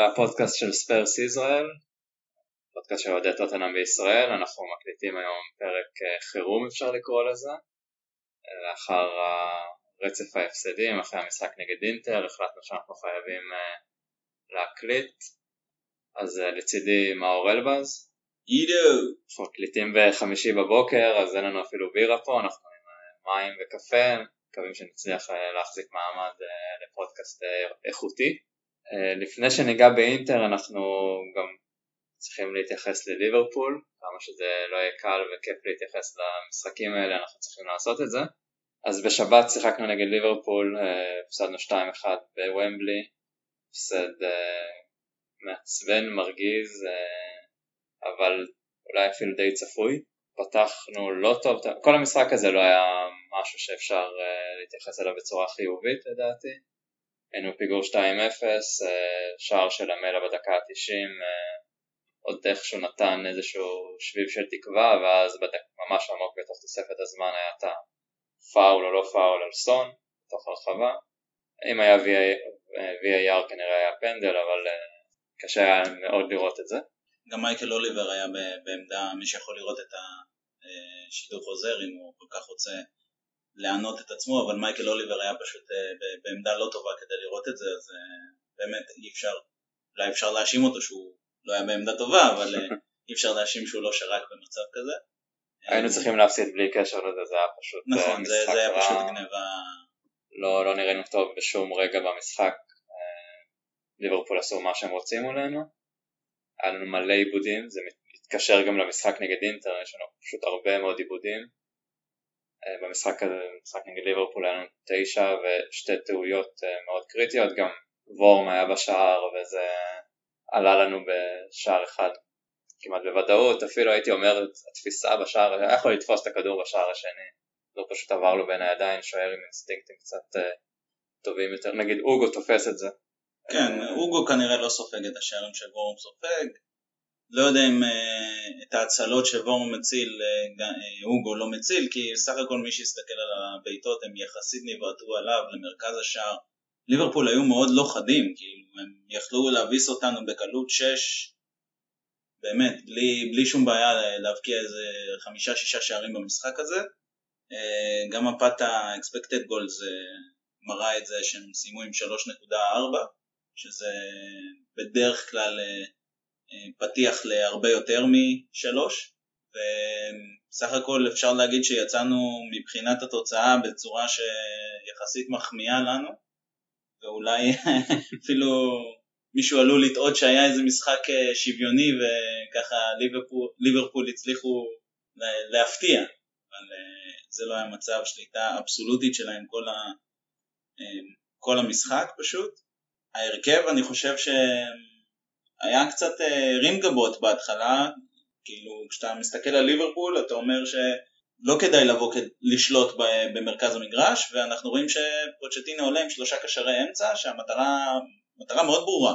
לפודקאסט של ספרס ישראל, פודקאסט של אוהדי טוטנהאם בישראל. אנחנו מקליטים היום פרק חירום, אפשר לקרוא לזה, לאחר רצף ההפסדים, אחרי המשחק נגד אינטר, החלטנו שאנחנו חייבים להקליט. אז לצידי מאור אלבז, אנחנו מקליטים בחמישי בבוקר, אז אין לנו אפילו בירה פה, אנחנו עם מים וקפה, מקווים שנצליח להחזיק מעמד לפודקאסט איכותי. לפני שניגע באינטר אנחנו גם צריכים להתייחס לליברפול, כמה שזה לא יהיה קל וכיף להתייחס למשחקים האלה, אנחנו צריכים לעשות את זה. אז בשבת שיחקנו נגד ליברפול, הפסדנו 2-1 בוומבלי, הפסד מעצבן, מרגיז, אבל אולי אפילו די צפוי. פתחנו לא טוב, כל המשחק הזה לא היה משהו שאפשר להתייחס אליו בצורה חיובית לדעתי. היינו פיגור 2-0, שער של המלה בדקה ה-90, עוד איכשהו נתן איזשהו שביב של תקווה, ואז ממש עמוק בתוך תוספת הזמן היה את הפאול או לא פאול על סון, בתוך הרחבה. אם היה VAR כנראה היה פנדל, אבל קשה היה מאוד לראות את זה. גם מייקל אוליבר היה בעמדה, מי שיכול לראות את השידור חוזר אם הוא כל כך רוצה לענות את עצמו, אבל מייקל אוליבר היה פשוט בעמדה לא טובה כדי לראות את זה, אז באמת אולי אפשר להאשים אותו שהוא לא היה בעמדה טובה, אבל אי אפשר להאשים שהוא לא שרק במצב כזה. היינו צריכים להפסיד בלי קשר לזה, זה היה פשוט נכון, זה היה פשוט גניבה. לא נראינו טוב בשום רגע במשחק, ליברפול עשו מה שהם רוצים מולנו, היה לנו מלא עיבודים, זה מתקשר גם למשחק נגד אינטר, יש לנו פשוט הרבה מאוד עיבודים. במשחק הזה, משחק נגד ליברפול היה לנו 9 ושתי טעויות מאוד קריטיות, גם וורם היה בשער וזה עלה לנו בשער אחד כמעט בוודאות, אפילו הייתי אומר התפיסה בשער, היה יכול לתפוס את הכדור בשער השני, זה פשוט עבר לו בין הידיים, שוער עם אינסטינקטים קצת טובים יותר, נגיד אוגו תופס את זה. כן, אוגו כנראה לא סופג את השערים שוורם סופג, לא יודע אם את ההצלות שוורם מציל, אוגו לא מציל, כי סך הכל מי שיסתכל על הביתות הם יחסית נבעטו עליו למרכז השער. ליברפול היו מאוד לא חדים, כאילו הם יכלו להביס אותנו בקלות 6, באמת, בלי שום בעיה להבקיע איזה 5-6 שערים במשחק הזה. גם מפת ה-expected goals מראה את זה שהם סיימו עם 3.4, שזה בדרך כלל פתיח להרבה יותר מ3, וסך הכל אפשר להגיד שיצאנו מבחינת התוצאה בצורה שיחסית מחמיאה לנו, ואולי אפילו מישהו עלול לטעות שהיה איזה משחק שוויוני וככה ליברפול הצליחו להפתיע, אבל זה לא היה מצב, שליטה אבסולוטית שלהם כל המשחק פשוט. ההרכב אני חושב שהיה קצת רים גבות בהתחלה, כאילו כשאתה מסתכל על ליברפול אתה אומר שלא כדאי לבוא לשלוט במרכז המגרש, ואנחנו רואים שפוצ'טינו עולה עם 3 קשרי אמצע, שהמטרה מאוד ברורה,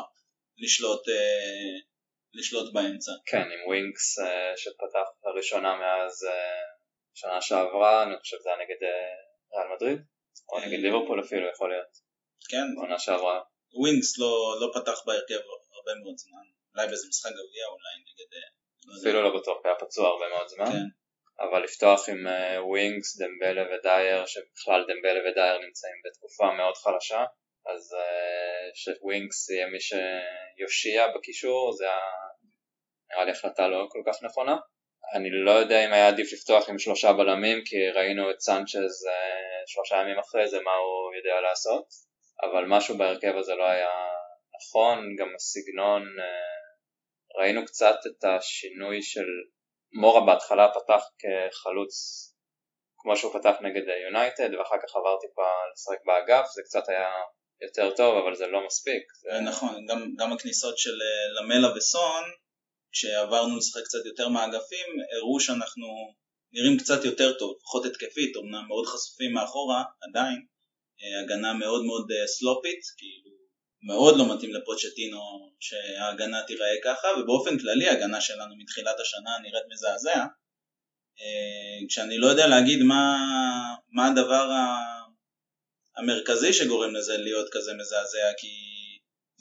לשלוט באמצע. כן, עם ווינקס שפתח לראשונה מאז שנה שעברה, אני חושב זה היה נגד ריאל מדריד, או נגד ליברפול אפילו יכול להיות. כן, שנה שעברה. ווינקס לא פתח בהרכב הרבה מאוד זמן, אולי באיזה משחק גביע, אולי נגד... אפילו לא בטוח, היה פצוע הרבה מאוד זמן. כן. אבל לפתוח עם ווינקס, דמבלה ודייר, שבכלל דמבלה ודייר נמצאים בתקופה מאוד חלשה, אז שווינקס יהיה מי שיושיע בקישור, זה נראה לי החלטה לא כל כך נכונה. אני לא יודע אם היה עדיף לפתוח עם 3 בלמים, כי ראינו את סנצ'ז 3 ימים אחרי זה מה הוא יודע לעשות, אבל משהו בהרכב הזה לא היה נכון, גם הסגנון, ראינו קצת את השינוי של מורה בהתחלה פתח כחלוץ כמו שהוא פתח נגד יונייטד, ואחר כך עבר טיפה לשחק באגף, זה קצת היה יותר טוב, אבל זה לא מספיק. נכון, גם הכניסות של למלה וסון, כשעברנו לשחק קצת יותר מהאגפים, הראו שאנחנו נראים קצת יותר טוב, פחות התקפית, אמנם מאוד חשופים מאחורה, עדיין, הגנה מאוד מאוד סלופית, כאילו מאוד לא מתאים לפוצ'טינו שההגנה תיראה ככה, ובאופן כללי ההגנה שלנו מתחילת השנה נראית מזעזע, כשאני לא יודע להגיד מה הדבר המרכזי שגורם לזה להיות כזה מזעזע, כי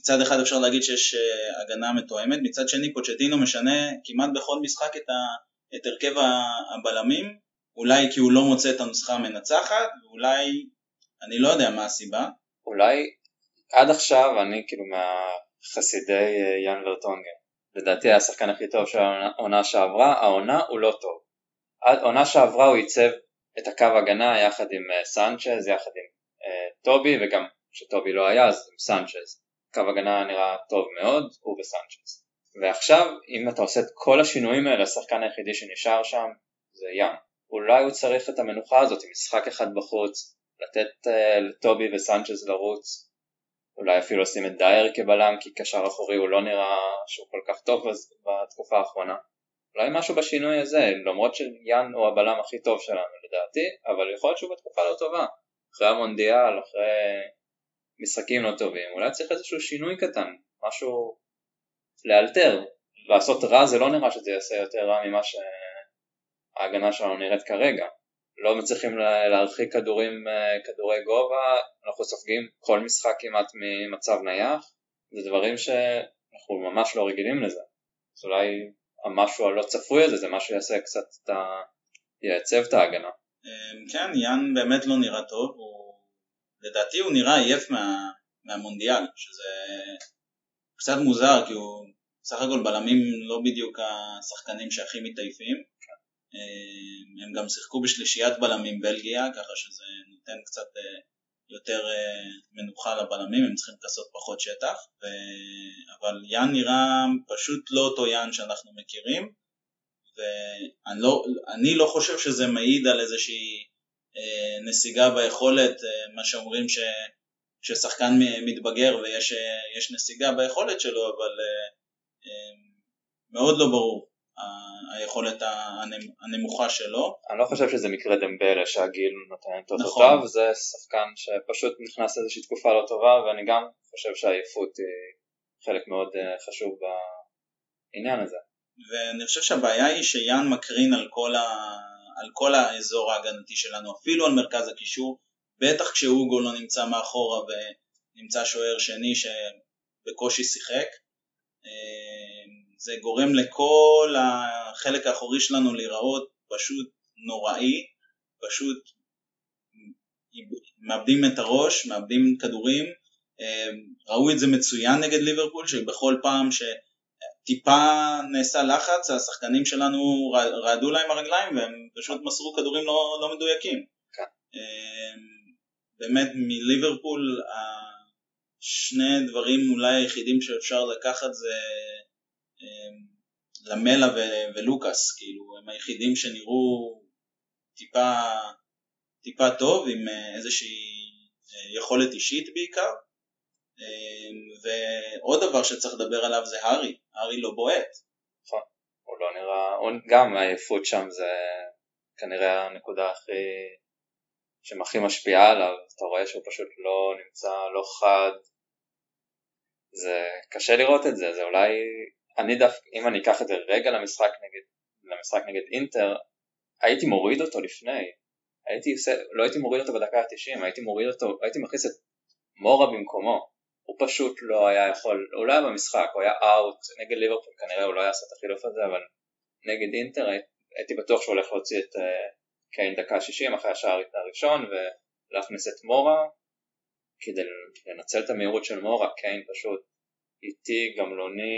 מצד אחד אפשר להגיד שיש הגנה מתואמת, מצד שני פוצ'טינו משנה כמעט בכל משחק את הרכב הבלמים, אולי כי הוא לא מוצא את הנוסחה המנצחת, ואולי, אני לא יודע מה הסיבה. אולי עד עכשיו אני כאילו מהחסידי יאן ורטונגן, לדעתי השחקן הכי טוב של העונה שעברה, העונה הוא לא טוב. עד עונה שעברה הוא ייצב את הקו הגנה יחד עם סנצ'ז, יחד עם טובי, וגם שטובי לא היה אז עם סנצ'ז. קו הגנה נראה טוב מאוד, הוא וסנצ'ז. ועכשיו אם אתה עושה את כל השינויים האלה, השחקן היחידי שנשאר שם זה יאן. אולי הוא צריך את המנוחה הזאת עם משחק אחד בחוץ, לתת לטובי וסנצ'ז לרוץ, אולי אפילו לשים את דייר כבלם, כי קשר אחורי הוא לא נראה שהוא כל כך טוב בתקופה האחרונה. אולי משהו בשינוי הזה, למרות שיאן הוא הבלם הכי טוב שלנו לדעתי, אבל יכול להיות שהוא בתקופה לא טובה. אחרי המונדיאל, אחרי משחקים לא טובים, אולי צריך איזשהו שינוי קטן, משהו לאלתר. לעשות רע זה לא נראה שזה יעשה יותר רע ממה שההגנה שלנו נראית כרגע. לא מצליחים להרחיק כדורי גובה, אנחנו סופגים כל משחק כמעט ממצב נייח, זה דברים שאנחנו ממש לא רגילים לזה. אז אולי המשהו הלא צפוי הזה, זה משהו יעשה קצת, ייצב את ההגנה. כן, יאן באמת לא נראה טוב, לדעתי הוא נראה עייף מהמונדיאל, שזה קצת מוזר, כי הוא סך הכל בלמים לא בדיוק השחקנים שהכי מתעייפים, הם גם שיחקו בשלישיית בלמים בלגיה, ככה שזה נותן קצת יותר מנוחה לבלמים, הם צריכים לעשות פחות שטח, אבל יאן נראה פשוט לא אותו יאן שאנחנו מכירים, ואני לא חושב שזה מעיד על איזושהי נסיגה ביכולת, מה שאומרים ששחקן מתבגר ויש נסיגה ביכולת שלו, אבל מאוד לא ברור היכולת הנמוכה שלו. אני לא חושב שזה מקרה דמבלה שהגיל נותן את אותותיו, זה שחקן שפשוט נכנס לאיזושהי תקופה לא טובה, ואני גם חושב שהעייפות היא חלק מאוד חשוב בעניין הזה. ואני חושב שהבעיה היא שיאן מקרין על כל האזור ההגנתי שלנו, אפילו על מרכז הקישור, בטח כשאוגו לא נמצא מאחורה ונמצא שוער שני שבקושי שיחק. זה גורם לכל החלק האחורי שלנו להיראות פשוט נוראי, פשוט מאבדים את הראש, מאבדים כדורים. ראו את זה מצוין נגד ליברפול, שבכל פעם שטיפה נעשה לחץ, השחקנים שלנו רעדו להם הרגליים והם פשוט מסרו כדורים לא מדויקים. באמת מליברפול שני דברים אולי היחידים שאפשר לקחת זה למלה ולוקאס, כאילו הם היחידים שנראו טיפה טוב עם איזושהי יכולת אישית בעיקר. ועוד דבר שצריך לדבר עליו זה הארי לא בועט. הוא לא נראה, גם העייפות שם זה כנראה הנקודה הכי משפיעה עליו, אתה רואה שהוא פשוט לא נמצא, לא חד, זה קשה לראות את זה, זה אולי, אם אני אקח את זה רגע למשחק נגד אינטר, הייתי מוריד אותו לפני, לא הייתי מוריד אותו בדקה ה-90, הייתי מכניס את מורה במקומו, הוא פשוט לא היה יכול, הוא לא היה במשחק, הוא היה אאוט, נגד ליברפול כנראה הוא לא היה עשה את החילוף הזה, אבל נגד אינטר הייתי בטוח שהוא הולך להוציא את קיין דקה 60 אחרי השער הראשון, ולהכניס את מורה, כדי לנצל את המהירות של מורה. קיין פשוט איטי, גמלוני,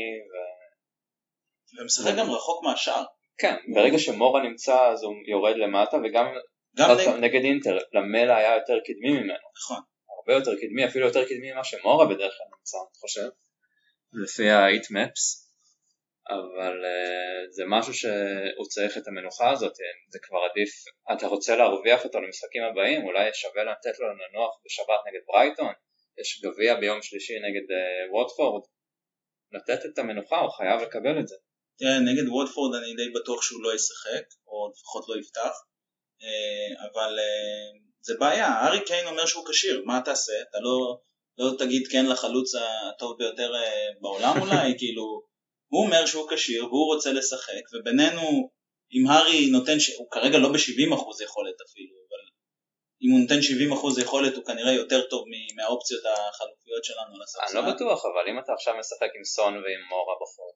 ומשחק גם רחוק מהשער. כן, ברגע שמורה נמצא אז הוא יורד למטה, וגם נגד אינטר, למלה היה יותר קדמי ממנו. נכון. הרבה יותר קדמי, אפילו יותר קדמי ממה שמורה בדרך כלל נמצא, אני חושב, לפי ה-8 maps, אבל זה משהו שהוא צריך את המנוחה הזאת, זה כבר עדיף, אתה רוצה להרוויח אותו למשחקים הבאים, אולי שווה לתת לו לנוח בשבת נגד ברייטון, יש גביע ביום שלישי נגד ווטפורד, לתת את המנוחה, הוא חייב לקבל את זה. נגד ווטפורד אני די בטוח שהוא לא ישחק, או לפחות לא יפתח, אבל זה בעיה, הארי קיין אומר שהוא קשיר, מה תעשה? אתה לא תגיד כן לחלוץ הטוב ביותר בעולם אולי, כאילו, הוא אומר שהוא קשיר והוא רוצה לשחק, ובינינו, אם הארי נותן, הוא כרגע לא ב-70% יכולת אפילו, אבל אם הוא נותן 70% יכולת הוא כנראה יותר טוב מהאופציות החלופיות שלנו לספסל. אני לא בטוח, אבל אם אתה עכשיו משחק עם סון ועם מורה בחור,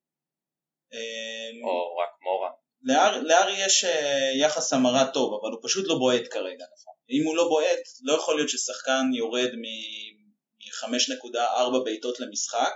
או רק מורה. לארי יש יחס המרה טוב, אבל הוא פשוט לא בועט כרגע. אם הוא לא בועט, לא יכול להיות ששחקן יורד מ-5.4 בעיטות למשחק,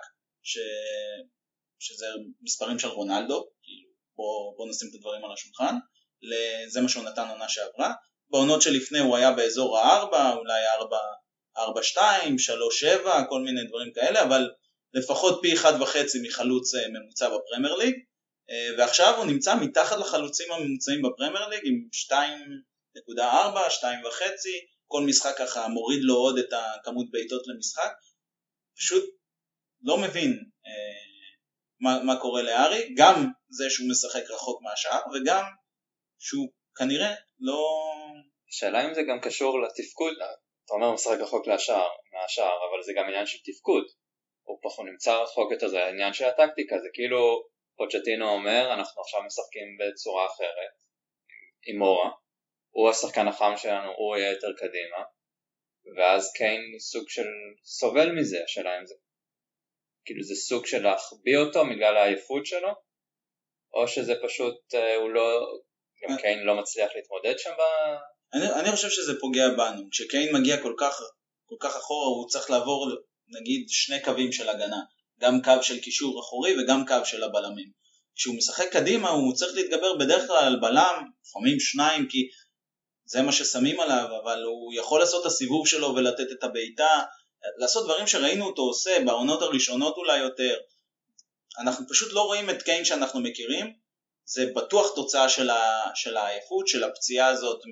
שזה מספרים של רונלדו, בוא נשים את הדברים על השולחן, זה מה שהוא נתן עונה שעברה. בעונות שלפני הוא היה באזור ה-4, אולי 4-2, 3-7, כל מיני דברים כאלה, אבל לפחות פי 1.5 מחלוץ ממוצע בפרמייר ליג, ועכשיו הוא נמצא מתחת לחלוצים הממוצעים בפרמייר ליג עם 2.4, 2.5, כל משחק ככה מוריד לו עוד את הכמות בעיטות למשחק. פשוט לא מבין מה קורה לארי, גם זה שהוא משחק רחוק מהשאר וגם שהוא כנראה לא... השאלה אם זה גם קשור לתפקוד, אתה אומר משחק רחוק מהשאר, אבל זה גם עניין של תפקוד, הוא נמצא רחוק יותר, זה העניין של הטקטיקה, זה כאילו פוצ'טינו אומר אנחנו עכשיו משחקים בצורה אחרת עם מורה, הוא השחקן החם שלנו, הוא יהיה יותר קדימה, ואז קיין סוג של סובל מזה. השאלה אם זה כאילו זה סוג של להחביא אותו בגלל העייפות שלו, או שזה פשוט הוא לא, גם קיין לא מצליח להתמודד שם אני חושב שזה פוגע בנו. כשקיין מגיע כל כך אחורה הוא צריך לעבור נגיד שני קווים של הגנה, גם קו של קישור אחורי וגם קו של הבלמים. כשהוא משחק קדימה הוא צריך להתגבר בדרך כלל על בלם, לפעמים שניים, כי זה מה ששמים עליו, אבל הוא יכול לעשות את הסיבוב שלו ולתת את הבעיטה, לעשות דברים שראינו אותו עושה בעונות הראשונות אולי יותר. אנחנו פשוט לא רואים את קיין שאנחנו מכירים. זה בטוח תוצאה של העייפות, של הפציעה הזאת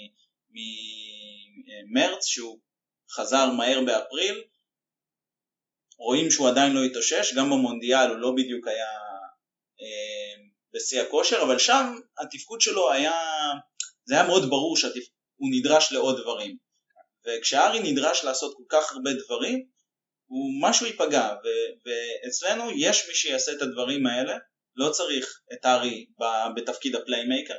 ממרץ, שהוא חזר מהר באפריל. רואים שהוא עדיין לא התאושש, גם במונדיאל הוא לא בדיוק היה בשיא הכושר, אבל שם התפקוד שלו זה היה מאוד ברור שהוא נדרש לעוד דברים. וכשארי נדרש לעשות כל כך הרבה דברים, משהו ייפגע, ואצלנו יש מי שיעשה את הדברים האלה, לא צריך את ארי בתפקיד הפליימייקר,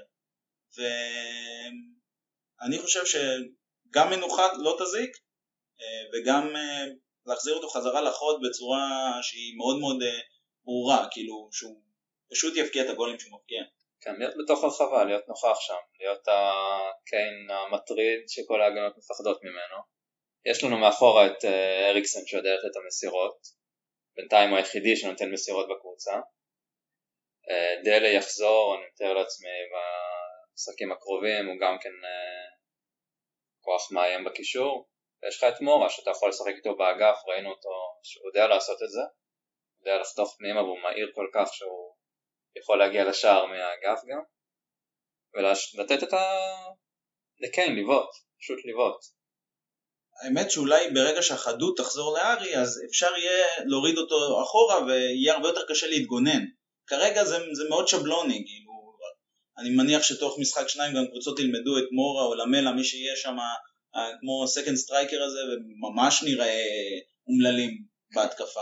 ואני חושב שגם מנוחה לא תזיק, וגם להחזיר אותו חזרה לחוד בצורה שהיא מאוד מאוד ברורה, כאילו שהוא פשוט יפקיע את הגולים שהוא מפקיע. כן, להיות בתוך הרחבה, להיות נוכח שם, להיות הקיין המטריד שכל ההגנות מפחדות ממנו. יש לנו מאחורה את אריקסן שיודעת את המסירות, בינתיים הוא היחידי שנותן מסירות בקבוצה. דלה יחזור, אני מתאר לעצמי במשחקים הקרובים, הוא גם כן כוח מאיים בקישור. ויש לך את מורה שאתה יכול לשחק איתו באגף, ראינו אותו שהוא יודע לעשות את זה, הוא יודע לחתוך פנימה והוא מהיר כל כך שהוא יכול להגיע לשער מהאגף גם, ולתת את לקיין לבעוט, פשוט לבעוט. האמת שאולי ברגע שהחדות תחזור לארי, אז אפשר יהיה להוריד אותו אחורה ויהיה הרבה יותר קשה להתגונן. כרגע זה מאוד שבלוני, כאילו, אני מניח שתוך משחק שניים גם קבוצות ילמדו את מורה או למלה, מי שיהיה שם כמו סקנד סטרייקר הזה, וממש נראה אומללים בהתקפה.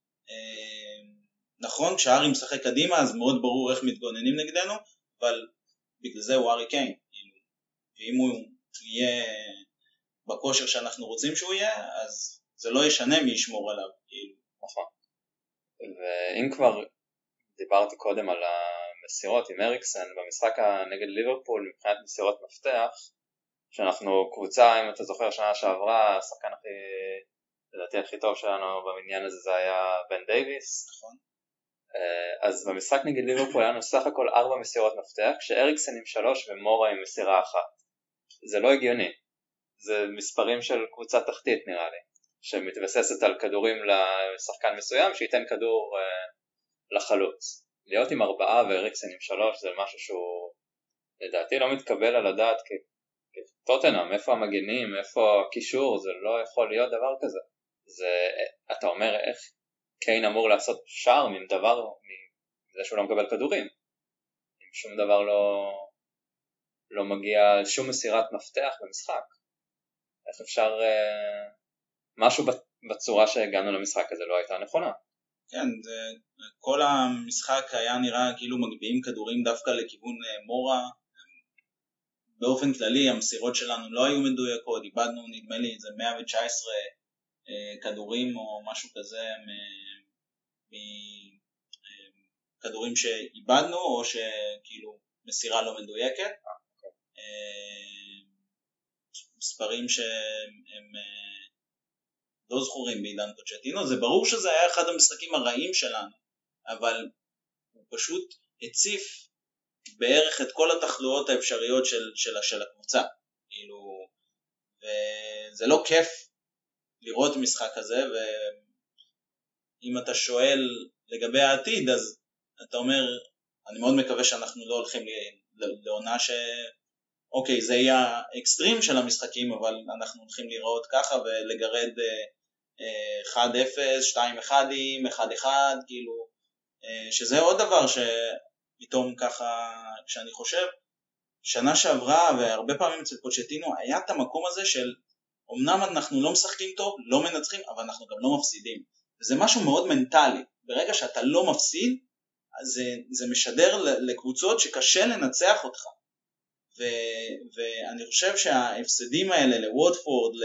נכון, כשארי משחק קדימה אז מאוד ברור איך מתגוננים נגדנו, אבל בגלל זה הוא ארי קיין, ואם הוא יהיה בכושר שאנחנו רוצים שהוא יהיה, אז זה לא ישנה מי ישמור עליו. נכון. ואם כבר דיברתי קודם על המסירות עם אריקסן, במשחק נגד ליברפול מבחינת מסירות מפתח, שאנחנו קבוצה, אם אתה זוכר שנה שעברה, השחקן לדעתי הכי טוב שלנו במניין הזה זה היה בן דייביס. נכון. אז במשחק נגד ליברפול היה לנו סך הכל 4 מסירות מפתח, כשאריקסן עם 3 ומורה עם מסירה 1. זה לא הגיוני. זה מספרים של קבוצה תחתית נראה לי, שמתבססת על כדורים לשחקן מסוים שייתן כדור לחלוץ. להיות עם 4 ואריקסן עם 3 זה משהו שהוא לדעתי לא מתקבל על הדעת כטוטנהאם, איפה המגנים, איפה הקישור, זה לא יכול להיות דבר כזה. אתה אומר איך קיין אמור לעשות שער מזה שהוא לא מקבל כדורים, אם שום דבר לא מגיע, שום מסירת מפתח במשחק. איך אפשר, משהו בצורה שהגענו למשחק הזה לא הייתה נכונה. כן, כל המשחק היה נראה כאילו מגביעים כדורים דווקא לכיוון מורה, באופן כללי המסירות שלנו לא היו מדויקות, איבדנו נדמה לי זה 119 כדורים או משהו כזה מכדורים שאיבדנו או שכאילו מסירה לא מדויקת. מספרים שהם לא זכורים בעידן פוצ'טינו. זה ברור שזה היה אחד המשחקים הרעים שלנו, אבל הוא פשוט הציף בערך את כל התחלואות האפשריות של הקבוצה. כאילו, וזה לא כיף לראות משחק כזה, ואם אתה שואל לגבי העתיד, אז אתה אומר, אני מאוד מקווה שאנחנו לא הולכים לעונה אוקיי, זה יהיה האקסטרים של המשחקים, אבל אנחנו הולכים לראות ככה ולגרד 1-0, 2-1, 1-1, כאילו, שזה עוד דבר שפתאום ככה, כשאני חושב, שנה שעברה והרבה פעמים אצל פוצ'טינו היה את המקום הזה של, אמנם אנחנו לא משחקים טוב, לא מנצחים, אבל אנחנו גם לא מפסידים. וזה משהו מאוד מנטלי. ברגע שאתה לא מפסיד, אז זה משדר לקבוצות שקשה לנצח אותך. ואני חושב שההפסדים האלה לוודפורד,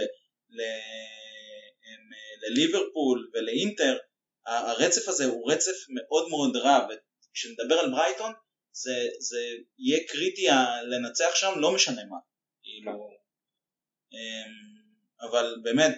לליברפול ולאינטר, הרצף הזה הוא רצף מאוד מאוד רע, וכשנדבר על ברייטון זה יהיה קריטי לנצח שם, לא משנה מה. אבל באמת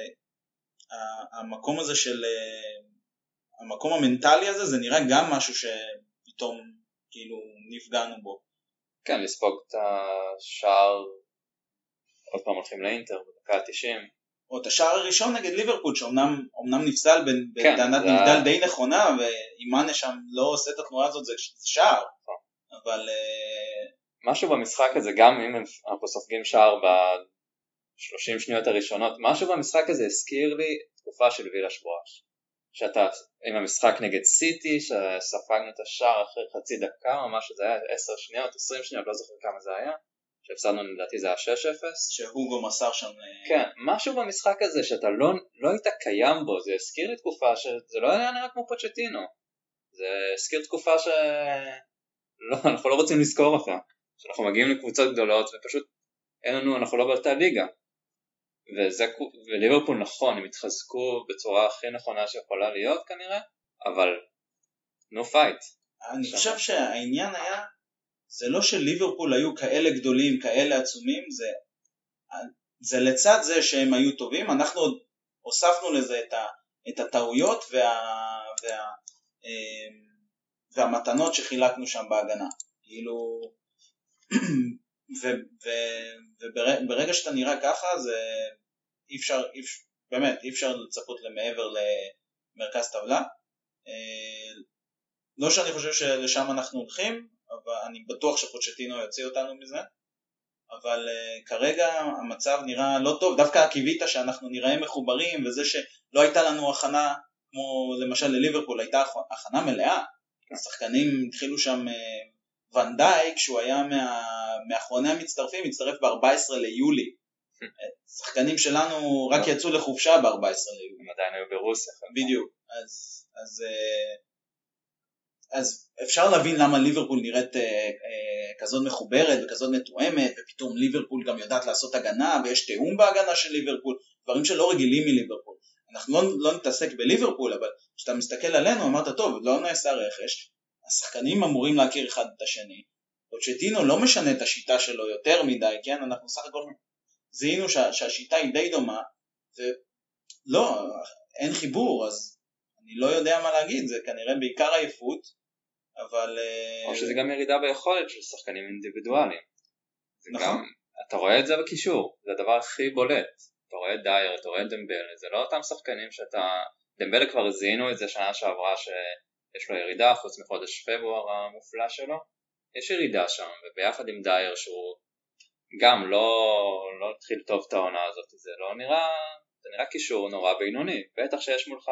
המקום הזה של המקום המנטלי הזה, זה נראה גם משהו שפתאום כאילו נפגענו בו. כן, לספוג את השער, עוד פעם הולכים לאינטר בדקה 90. או את השער הראשון נגד ליברפול, שאומנם נפסל בטענת נבדל די נכונה, ואימאנה שם לא עושה את התנועה הזאת, זה שער. אבל משהו במשחק הזה, גם אם אנחנו סופגים שער ב-30 שניות הראשונות, משהו במשחק הזה הזכיר לי תקופה של וילאש בואש. שאתה עם המשחק נגד סיטי, שספגנו את השער אחרי חצי דקה או משהו, זה היה 10 שניות, 20 שניות, לא זוכר כמה זה היה, שהפסדנו לדעתי זה היה 6-0. שהוגו מסר שם. כן, משהו במשחק הזה שאתה לא היית קיים בו, זה הזכיר לי תקופה שזה לא היה נראה כמו פוצ'טינו, זה הזכיר תקופה שאנחנו לא רוצים לזכור אותה, שאנחנו מגיעים לקבוצות גדולות ופשוט אנחנו לא באותה ליגה. וליברפול נכון, הם התחזקו בצורה הכי נכונה שיכולה להיות כנראה, אבל no fight. אני חושב שהעניין היה, זה לא שליברפול היו כאלה גדולים, כאלה עצומים, זה לצד זה שהם היו טובים, אנחנו הוספנו לזה את הטעויות והמתנות שחילקנו שם בהגנה. כאילו, וברגע שאתה נראה ככה, זה אי אפשר לצפות למעבר למרכז טבלה. לא שאני חושב שלשם אנחנו הולכים, אבל אני בטוח שפוצ'טינו יוציא אותנו מזה, אבל כרגע המצב נראה לא טוב, דווקא הקיווית שאנחנו נראה מחוברים, וזה שלא הייתה לנו הכנה, כמו למשל לליברפול, הייתה הכנה מלאה, השחקנים התחילו שם, ונדייק, שהוא היה מאחרוני המצטרפים, הצטרף ב-14 ליולי, שחקנים שלנו רק יצאו לחופשה ב-14 ליולי. הם עדיין היו ברוסיה. בדיוק, אז אפשר להבין למה ליברפול נראית כזאת מחוברת וכזאת מתואמת, ופתאום ליברפול גם יודעת לעשות הגנה, ויש תיאום בהגנה של ליברפול, דברים שלא רגילים מליברפול. אנחנו לא נתעסק בליברפול, אבל כשאתה מסתכל עלינו, אמרת, טוב, לא נעשה רכש, השחקנים אמורים להכיר אחד את השני, פוצ'טינו לא משנה את השיטה שלו יותר מדי, כן? אנחנו סך הכל זיהינו שהשיטה היא די דומה, ולא, אין חיבור, אז אני לא יודע מה להגיד, זה כנראה בעיקר עייפות, אבל או שזה גם ירידה ביכולת של שחקנים אינדיבידואליים. נכון. גם, אתה רואה את זה בקישור, זה הדבר הכי בולט. אתה רואה את דייר, אתה רואה את דמבלה, זה לא אותם שחקנים דמבלה כבר זיהינו את זה שנה שעברה שיש לו ירידה, חוץ מחודש פברואר המופלא שלו, יש ירידה שם, וביחד עם דייר שהוא גם לא התחיל טוב את העונה הזאת, זה נראה קישור נורא בינוני, בטח שיש מולך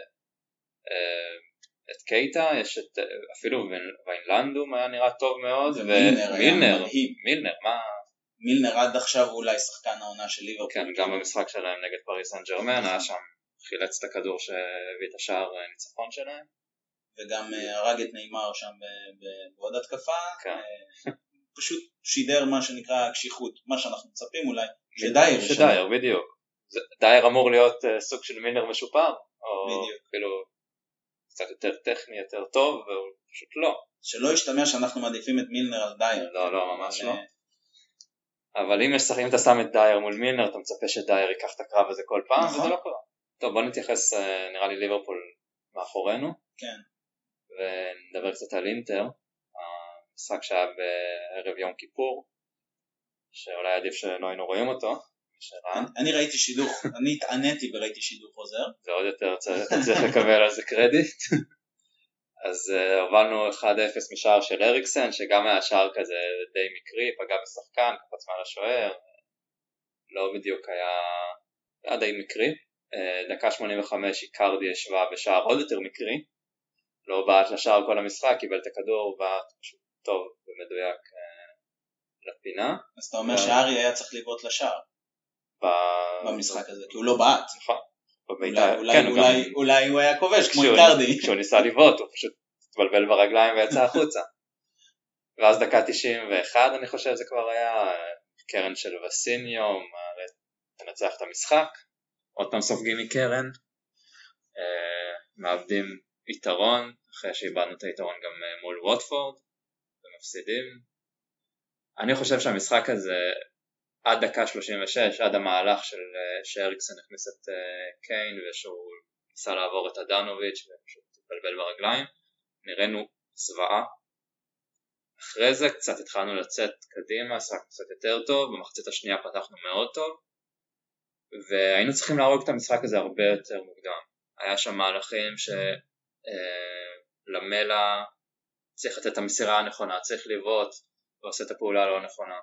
את קייטה, יש אפילו ויינלנדום היה נראה טוב מאוד, מילנר עד עכשיו אולי שחקן העונה של ליברפול. כן, גם במשחק שלהם נגד פריס סן ז'רמן, היה שם חילץ את הכדור שהביא את השער ניצחון שלהם. וגם הרג את ניימר שם בעוד התקפה. פשוט שידר מה שנקרא קשיחות, מה שאנחנו מצפים אולי, שדייר ישנה. שדייר, בדיוק. דייר אמור להיות סוג של מילנר משופר, או בדיוק. כאילו קצת יותר טכני, יותר טוב, והוא פשוט לא. שלא ישתמע שאנחנו מעדיפים את מילנר על דייר. לא, לא, ממש לא. אבל אם אתה שם את דייר מול מילנר, אתה מצפה שדייר ייקח את הקרב הזה כל פעם, וזה לא קורה. טוב, בוא נתייחס, נראה לי ליברפול מאחורינו. כן. ונדבר קצת על אינטר, המשחק שהיה בערב יום כיפור, שאולי עדיף שלא היינו רואים אותו. אני ראיתי שידוך, אני התעניתי וראיתי שידוך חוזר. זה עוד יותר, צריך לקבל על זה קרדיט. אז הובלנו 1-0 משער של אריקסן, שגם היה שער כזה די מקרי, פגע בשחקן, קפץ מעל השוער, לא בדיוק היה די מקרי. דקה 85 איקרדי ישבה בשער עוד יותר מקרי, לא בעט לשער כל המשחק, קיבל את הכדור, בעט פשוט טוב ומדויק לפינה. אז אתה אומר שארי היה צריך לבעוט לשער במשחק הזה, כי הוא לא בעט. נכון. אולי הוא היה כובש כמו איקרדי. כשהוא ניסה לבעוט הוא פשוט התבלבל ברגליים ויצא החוצה. ואז דקה 91 אני חושב זה כבר היה, קרן של וסיניו תנצח את המשחק, עוד פעם סופגים מקרן, מאבדים יתרון אחרי שאיבדנו את היתרון גם מול ווטפורד ומפסידים. אני חושב שהמשחק הזה עד דקה 36, עד המהלך שאריקסן הכניס את קיין ושהוא ניסה לעבור את אדנוביץ' ופשוט התבלבל ברגליים, נראינו צבאה. אחרי זה קצת התחלנו לצאת קדימה, שחק קצת יותר טוב, במחצית השנייה פתחנו מאוד טוב, והיינו צריכים להרוג את המשחק הזה הרבה יותר מוקדם. היה שם מהלכים שלמלה צריך לתת את המסירה הנכונה, צריך לבעוט ועושה את הפעולה הלא נכונה.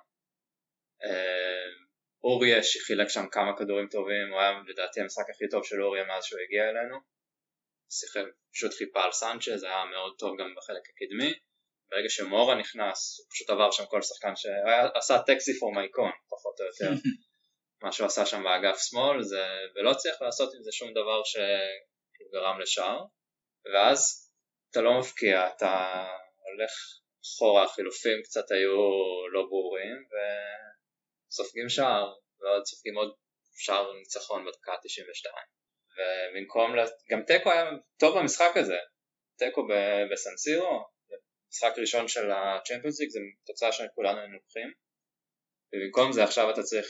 אוריה שחילק שם כמה כדורים טובים, הוא היה לדעתי המשחק הכי טוב של אוריה מאז שהוא הגיע אלינו, פשוט חיפה על סנצ'ז, היה מאוד טוב גם בחלק הקדמי. ברגע שמורה נכנס הוא פשוט עבר שם כל שחקן שעשה טקסי פור מייקון פחות או יותר מה שהוא עשה שם באגף שמאל, ולא צריך לעשות עם זה שום דבר שגרם לשער, ואז אתה לא מפקיע, אתה הולך אחורה, החילופים קצת היו לא ברורים וסופגים שער, ועוד סופגים עוד שער ניצחון בדקה 92, ובמקום גם טקו היה טוב במשחק הזה, טקו בסנסירו, משחק ראשון של הצ'מפיונס ליג, זה תוצאה שכולנו נלוקחים, ובמקום זה עכשיו אתה צריך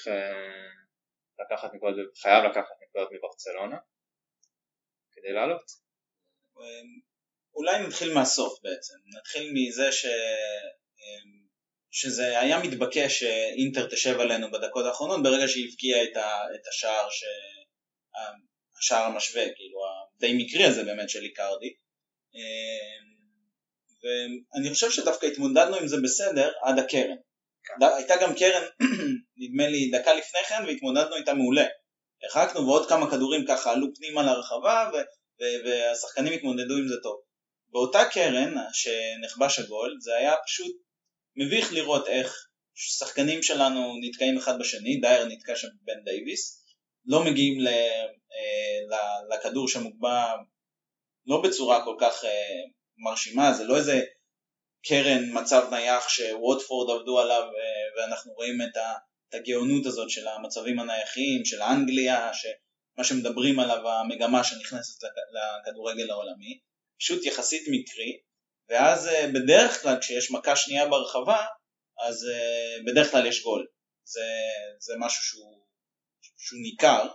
חייב לקחת נקודות מברצלונה כדי לעלות. אולי נתחיל מהסוף בעצם, נתחיל מזה שזה היה מתבקש שאינטר תשב עלינו בדקות האחרונות ברגע שהיא הבקיעה את השער השער המשווה, כאילו הדי מקרי הזה באמת של איקרדי, ואני חושב שדווקא התמודדנו עם זה בסדר עד הקרן. הייתה גם קרן נדמה לי דקה לפני כן והתמודדנו איתה מעולה, הרחקנו ועוד כמה כדורים ככה עלו פנימה לרחבה והשחקנים התמודדו עם זה טוב. באותה קרן שנחבש הגול זה היה פשוט מביך לראות איך שחקנים שלנו נתקעים אחד בשני, דייר נתקע שם בן דייביס, לא מגיעים לכדור שמוגבה לא בצורה כל כך מרשימה, זה לא איזה קרן מצב נייח שווטפורד עבדו עליו ואנחנו רואים את הגאונות הזאת של המצבים הנייחים, של אנגליה, מה שמדברים עליו המגמה שנכנסת לכדורגל העולמי, פשוט יחסית מקרי, ואז בדרך כלל כשיש מכה שנייה ברחבה, אז בדרך כלל יש גול, זה משהו שהוא ניכר,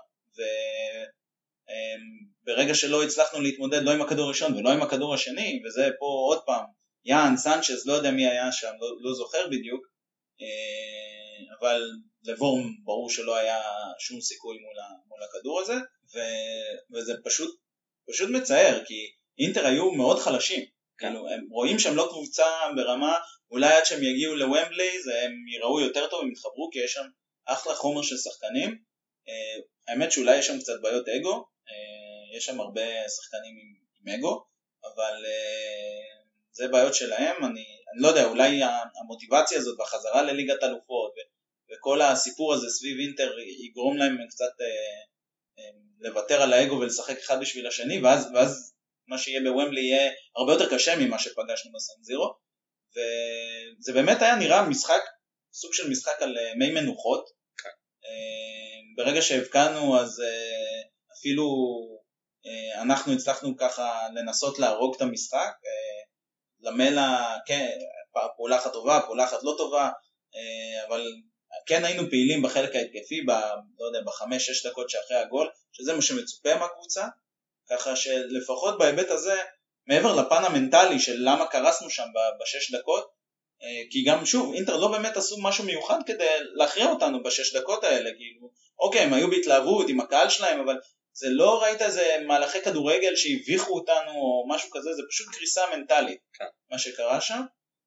וברגע שלא הצלחנו להתמודד לא עם הכדור הראשון ולא עם הכדור השני, וזה פה עוד פעם, יאן, סנצ'ז, לא יודע מי היה שם, לא זוכר בדיוק, אבל לוורם ברור שלא היה שום סיכוי מול הכדור הזה, וזה פשוט מצער, כי אינטר היו מאוד חלשים, כאילו, הם רואים שהם לא קבוצה ברמה, אולי עד שהם יגיעו לוומבלי, הם יראו יותר טוב, הם יתחברו, כי יש שם אחלה חומר של שחקנים, האמת שאולי יש שם קצת בעיות אגו, יש שם הרבה שחקנים עם אגו, אבל זה בעיות שלהם, אני לא יודע, אולי המוטיבציה הזאת והחזרה לליגת אלופות וכל הסיפור הזה סביב אינטר יגרום להם קצת לוותר על האגו ולשחק אחד בשביל השני, ואז מה שיהיה בוומבלי יהיה הרבה יותר קשה ממה שפגשנו בסן זירו, וזה באמת היה נראה משחק, סוג של משחק על מי מנוחות. ברגע שהבקענו אז אפילו אנחנו הצלחנו ככה לנסות להרוג את המשחק, למלה, כן, פעולה אחת טובה, פעולה אחת לא טובה, אבל כן היינו פעילים בחלק ההתקפי, לא יודע, בחמש-שש דקות שאחרי הגול, שזה מה שמצופה מהקבוצה, ככה שלפחות בהיבט הזה, מעבר לפן המנטלי של למה קרסנו שם בשש דקות, כי גם שוב, אינטר לא באמת עשו משהו מיוחד כדי להכריע אותנו בשש דקות האלה, כאילו, אוקיי, הם היו בהתלהבות עם הקהל שלהם, אבל זה לא ראית איזה מהלכי כדורגל שהביכו אותנו או משהו כזה, זה פשוט קריסה מנטלית, מה שקרה שם.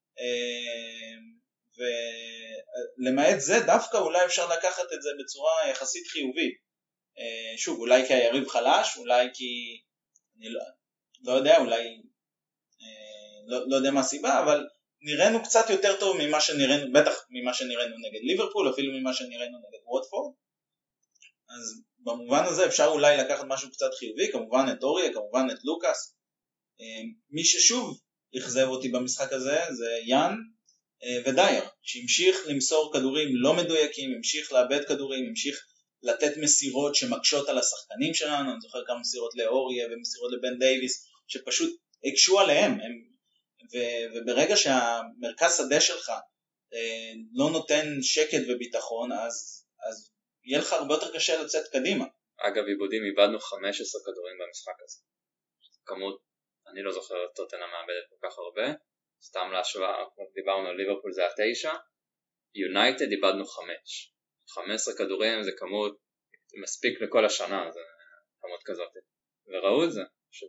ולמעט זה דווקא אולי אפשר לקחת את זה בצורה יחסית חיובית. שוב, אולי כי היריב חלש, אולי כי אני לא יודע, אולי לא יודע מה הסיבה, אבל נראינו קצת יותר טוב ממה שנראינו, בטח ממה שנראינו נגד ליברפול, אפילו ממה שנראינו נגד ווטפורד. אז במובן הזה אפשר אולי לקחת משהו קצת חיובי, כמובן את אוריה, כמובן את לוקאס. מי ששוב אכזב אותי במשחק הזה זה יאן ודייר, שהמשיך למסור כדורים לא מדויקים, המשיך לאבד כדורים, המשיך לתת מסירות שמקשות על השחקנים שלנו. אני זוכר כמה מסירות לאוריה ומסירות לבן דייביס שפשוט הקשו עליהם, וברגע שהמרכז שדה שלך לא נותן שקט וביטחון, אז יהיה לך הרבה יותר קשה לצאת קדימה. אגב, עיבודים, איבדנו 15 כדורים במשחק הזה. כמות, אני לא זוכר טוטנהאם מאבדת כל כך הרבה. סתם להשוואה, דיברנו על ליברפול זה 9, יונייטד איבדנו 5. 15 כדורים זה כמות מספיק לכל השנה, זה כמות כזאת. וראו את זה,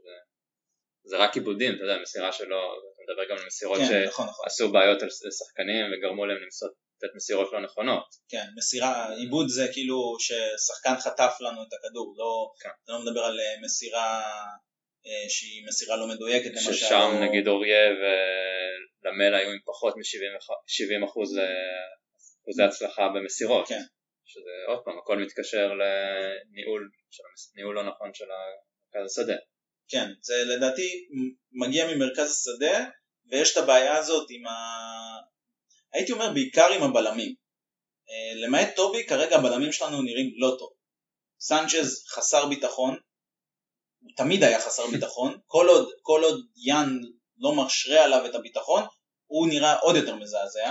שזה רק עיבודים, אתה יודע, מסירה שלו, אתה מדבר גם על מסירות כן, שעשו נכון. בעיות לשחקנים וגרמו להם למסות את מסירות לא נכונות. כן, מסירה, עיבוד זה כאילו ששחקן חטף לנו את הכדור, לא מדבר על מסירה שהיא מסירה לא מדויקת. ששם נגיד אוריה ולמלה היו עם פחות מ-70% אחוזי הצלחה במסירות. כן. שזה עוד פעם, הכל מתקשר לניהול לא נכון של מרכז השדה. כן, זה לדעתי מגיע ממרכז השדה, ויש את הבעיה הזאת הייתי אומר בעיקר עם הבלמים. למעט טובי, כרגע הבלמים שלנו נראים לא טוב. סנצ'ז חסר ביטחון, הוא תמיד היה חסר ביטחון, כל עוד יאן לא משרה עליו את הביטחון, הוא נראה עוד יותר מזעזע.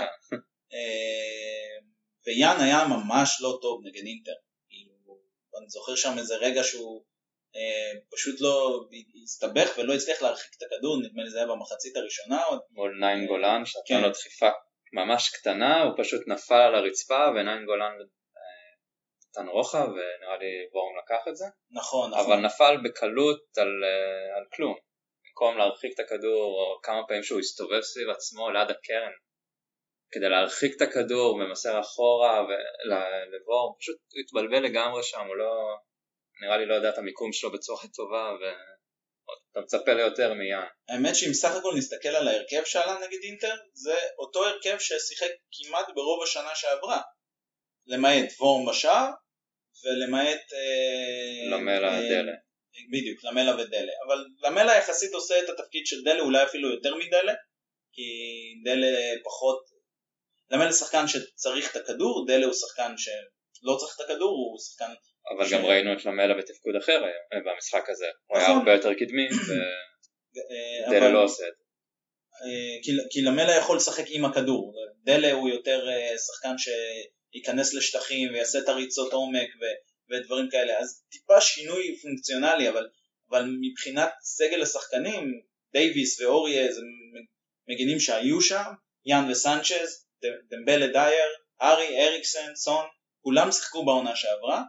ויאן היה ממש לא טוב נגד אינטר. אני זוכר שם איזה רגע שהוא פשוט לא הסתבך ולא הצליח להרחיק את הכדור, נדמה לי זה היה במחצית הראשונה. מול ניין גולן, שנתן לו דחיפה ממש קטנה, הוא פשוט נפל על הרצפה, וניין גולן נתן רוחב, ונראה לי וורם לקח את זה. נכון. אבל נפל בקלות על כלום. במקום להרחיק את הכדור, או כמה פעמים שהוא הסתובב סביב עצמו ליד הקרן, כדי להרחיק את הכדור ומסר אחורה ולבור, פשוט התבלבל לגמרי שם, הוא לא, נראה לי לא יודע את המיקום שלו בצורה טובה, ואתה מצפה ליותר מיין. האמת שאם סך הכל נסתכל על ההרכב שעלה נגד אינטר, זה אותו הרכב ששיחק כמעט ברוב השנה שעברה, למעט וורם בשער, ולמעט למלה דלה. בדיוק, למלה ודלה, אבל למלה יחסית עושה את התפקיד של דלה, אולי אפילו יותר מדלה, כי דלה פחות, למלה שחקן שצריך את הכדור, דלה הוא שחקן שלא צריך את הכדור, הוא שחקן אבל גם ראינו את למלה בתפקוד אחר במשחק הזה, הוא היה הרבה יותר קדמי ודלה לא עושה את זה. כי למלה יכול לשחק עם הכדור, דלה הוא יותר שחקן שייכנס לשטחים ויעשה את הריצות עומק ודברים כאלה, אז טיפה שינוי פונקציונלי, אבל מבחינת סגל השחקנים, דייביס ואוריה זה מגינים שהיו שם, יאן וסנצ'ז, דמבלה דייר, ארי, אריקסן, סון, כולם שיחקו בעונה שעברה,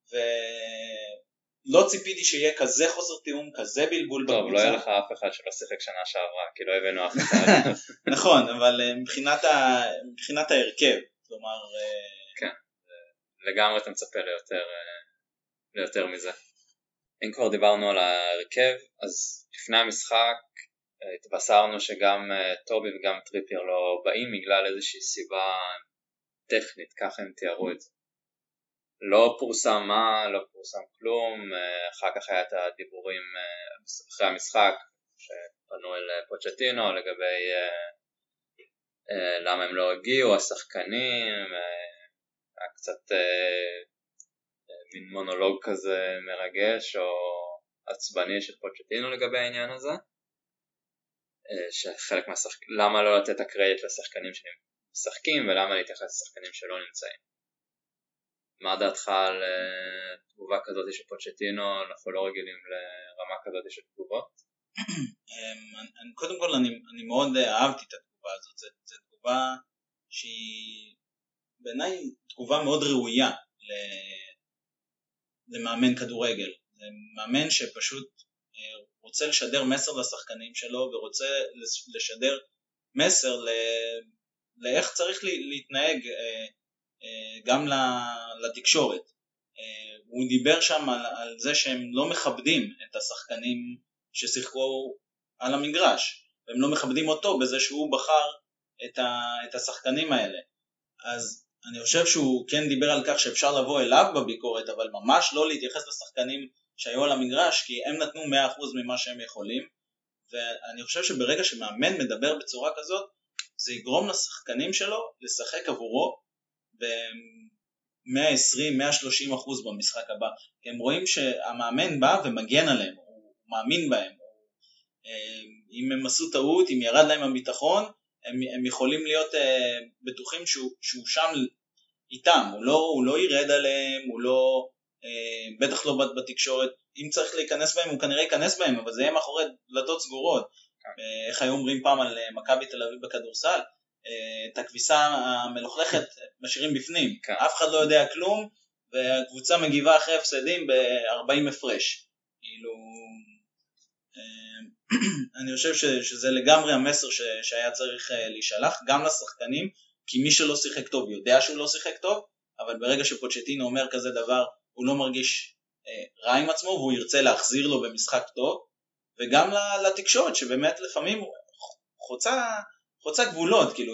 ולא ציפיתי שיהיה כזה חוסר תיאום, כזה בלבול בקבוצה. טוב, לא היה לך אף אחד שלא שיחק שנה שעברה, כי לא הבאנו אף אחד. נכון, אבל מבחינת ההרכב, כלומר... כן, לגמרי אתה מצפה ליותר מזה. אם כבר דיברנו על ההרכב, אז לפני המשחק התבשרנו שגם טובי וגם טריפייר לא באים בגלל איזושהי סיבה טכנית, ככה הם תיארו את זה. לא פורסם מה, לא פורסם כלום, אחר כך היה את הדיבורים אחרי המשחק שפנו אל פוצ'טינו לגבי למה הם לא הגיעו, השחקנים, היה קצת מין מונולוג כזה מרגש או עצבני של פוצ'טינו לגבי העניין הזה, שחלק מהשחקנים, למה לא לתת הקרדיט לשחקנים שמשחקים ולמה להתייחס לשחקנים שלא נמצאים. מה דעתך על תגובה כזאת של פוצ'טינו? אנחנו לא רגילים לרמה כזאת של תגובות. קודם כל אני מאוד אהבתי את התגובה הזאת, זו תגובה שהיא בעיניי תגובה מאוד ראויה למאמן כדורגל. זה מאמן שפשוט רוצה לשדר מסר לשחקנים שלו ורוצה לשדר מסר לאיך צריך להתנהג גם לתקשורת. הוא דיבר שם על זה שהם לא מכבדים את השחקנים ששיחקו על המגרש, והם לא מכבדים אותו בזה שהוא בחר את השחקנים האלה. אז אני חושב שהוא כן דיבר על כך שאפשר לבוא אליו בביקורת, אבל ממש לא להתייחס לשחקנים שהיו על המגרש, כי הם נתנו 100% ממה שהם יכולים, ואני חושב שברגע שמאמן מדבר בצורה כזאת, זה יגרום לשחקנים שלו לשחק עבורו ב-120-130% במשחק הבא, כי הם רואים שהמאמן בא ומגן עליהם, הוא מאמין בהם, אם הם עשו טעות, אם ירד להם הביטחון, הם יכולים להיות בטוחים שהוא שם איתם, הוא לא ירד עליהם, הוא לא, בטח לא בתקשורת, אם צריך להיכנס בהם הוא כנראה ייכנס בהם, אבל זה יהיה מאחורי דלתות סגורות. איך היו אומרים פעם על מכבי תל אביב בכדורסל, את הכביסה המלוכלכת משאירים בפנים, אף אחד לא יודע כלום, והקבוצה מגיבה אחרי הפסדים ב-40 הפרש. כאילו, אני חושב שזה לגמרי המסר שהיה צריך להישלח גם לשחקנים, כי מי שלא שיחק טוב יודע שהוא לא שיחק טוב, אבל ברגע שפוצ'טינו אומר כזה דבר, הוא לא מרגיש רע עם עצמו, והוא ירצה להחזיר לו במשחק טוב, וגם לתקשורת שבאמת לפעמים חוצה גבולות, כאילו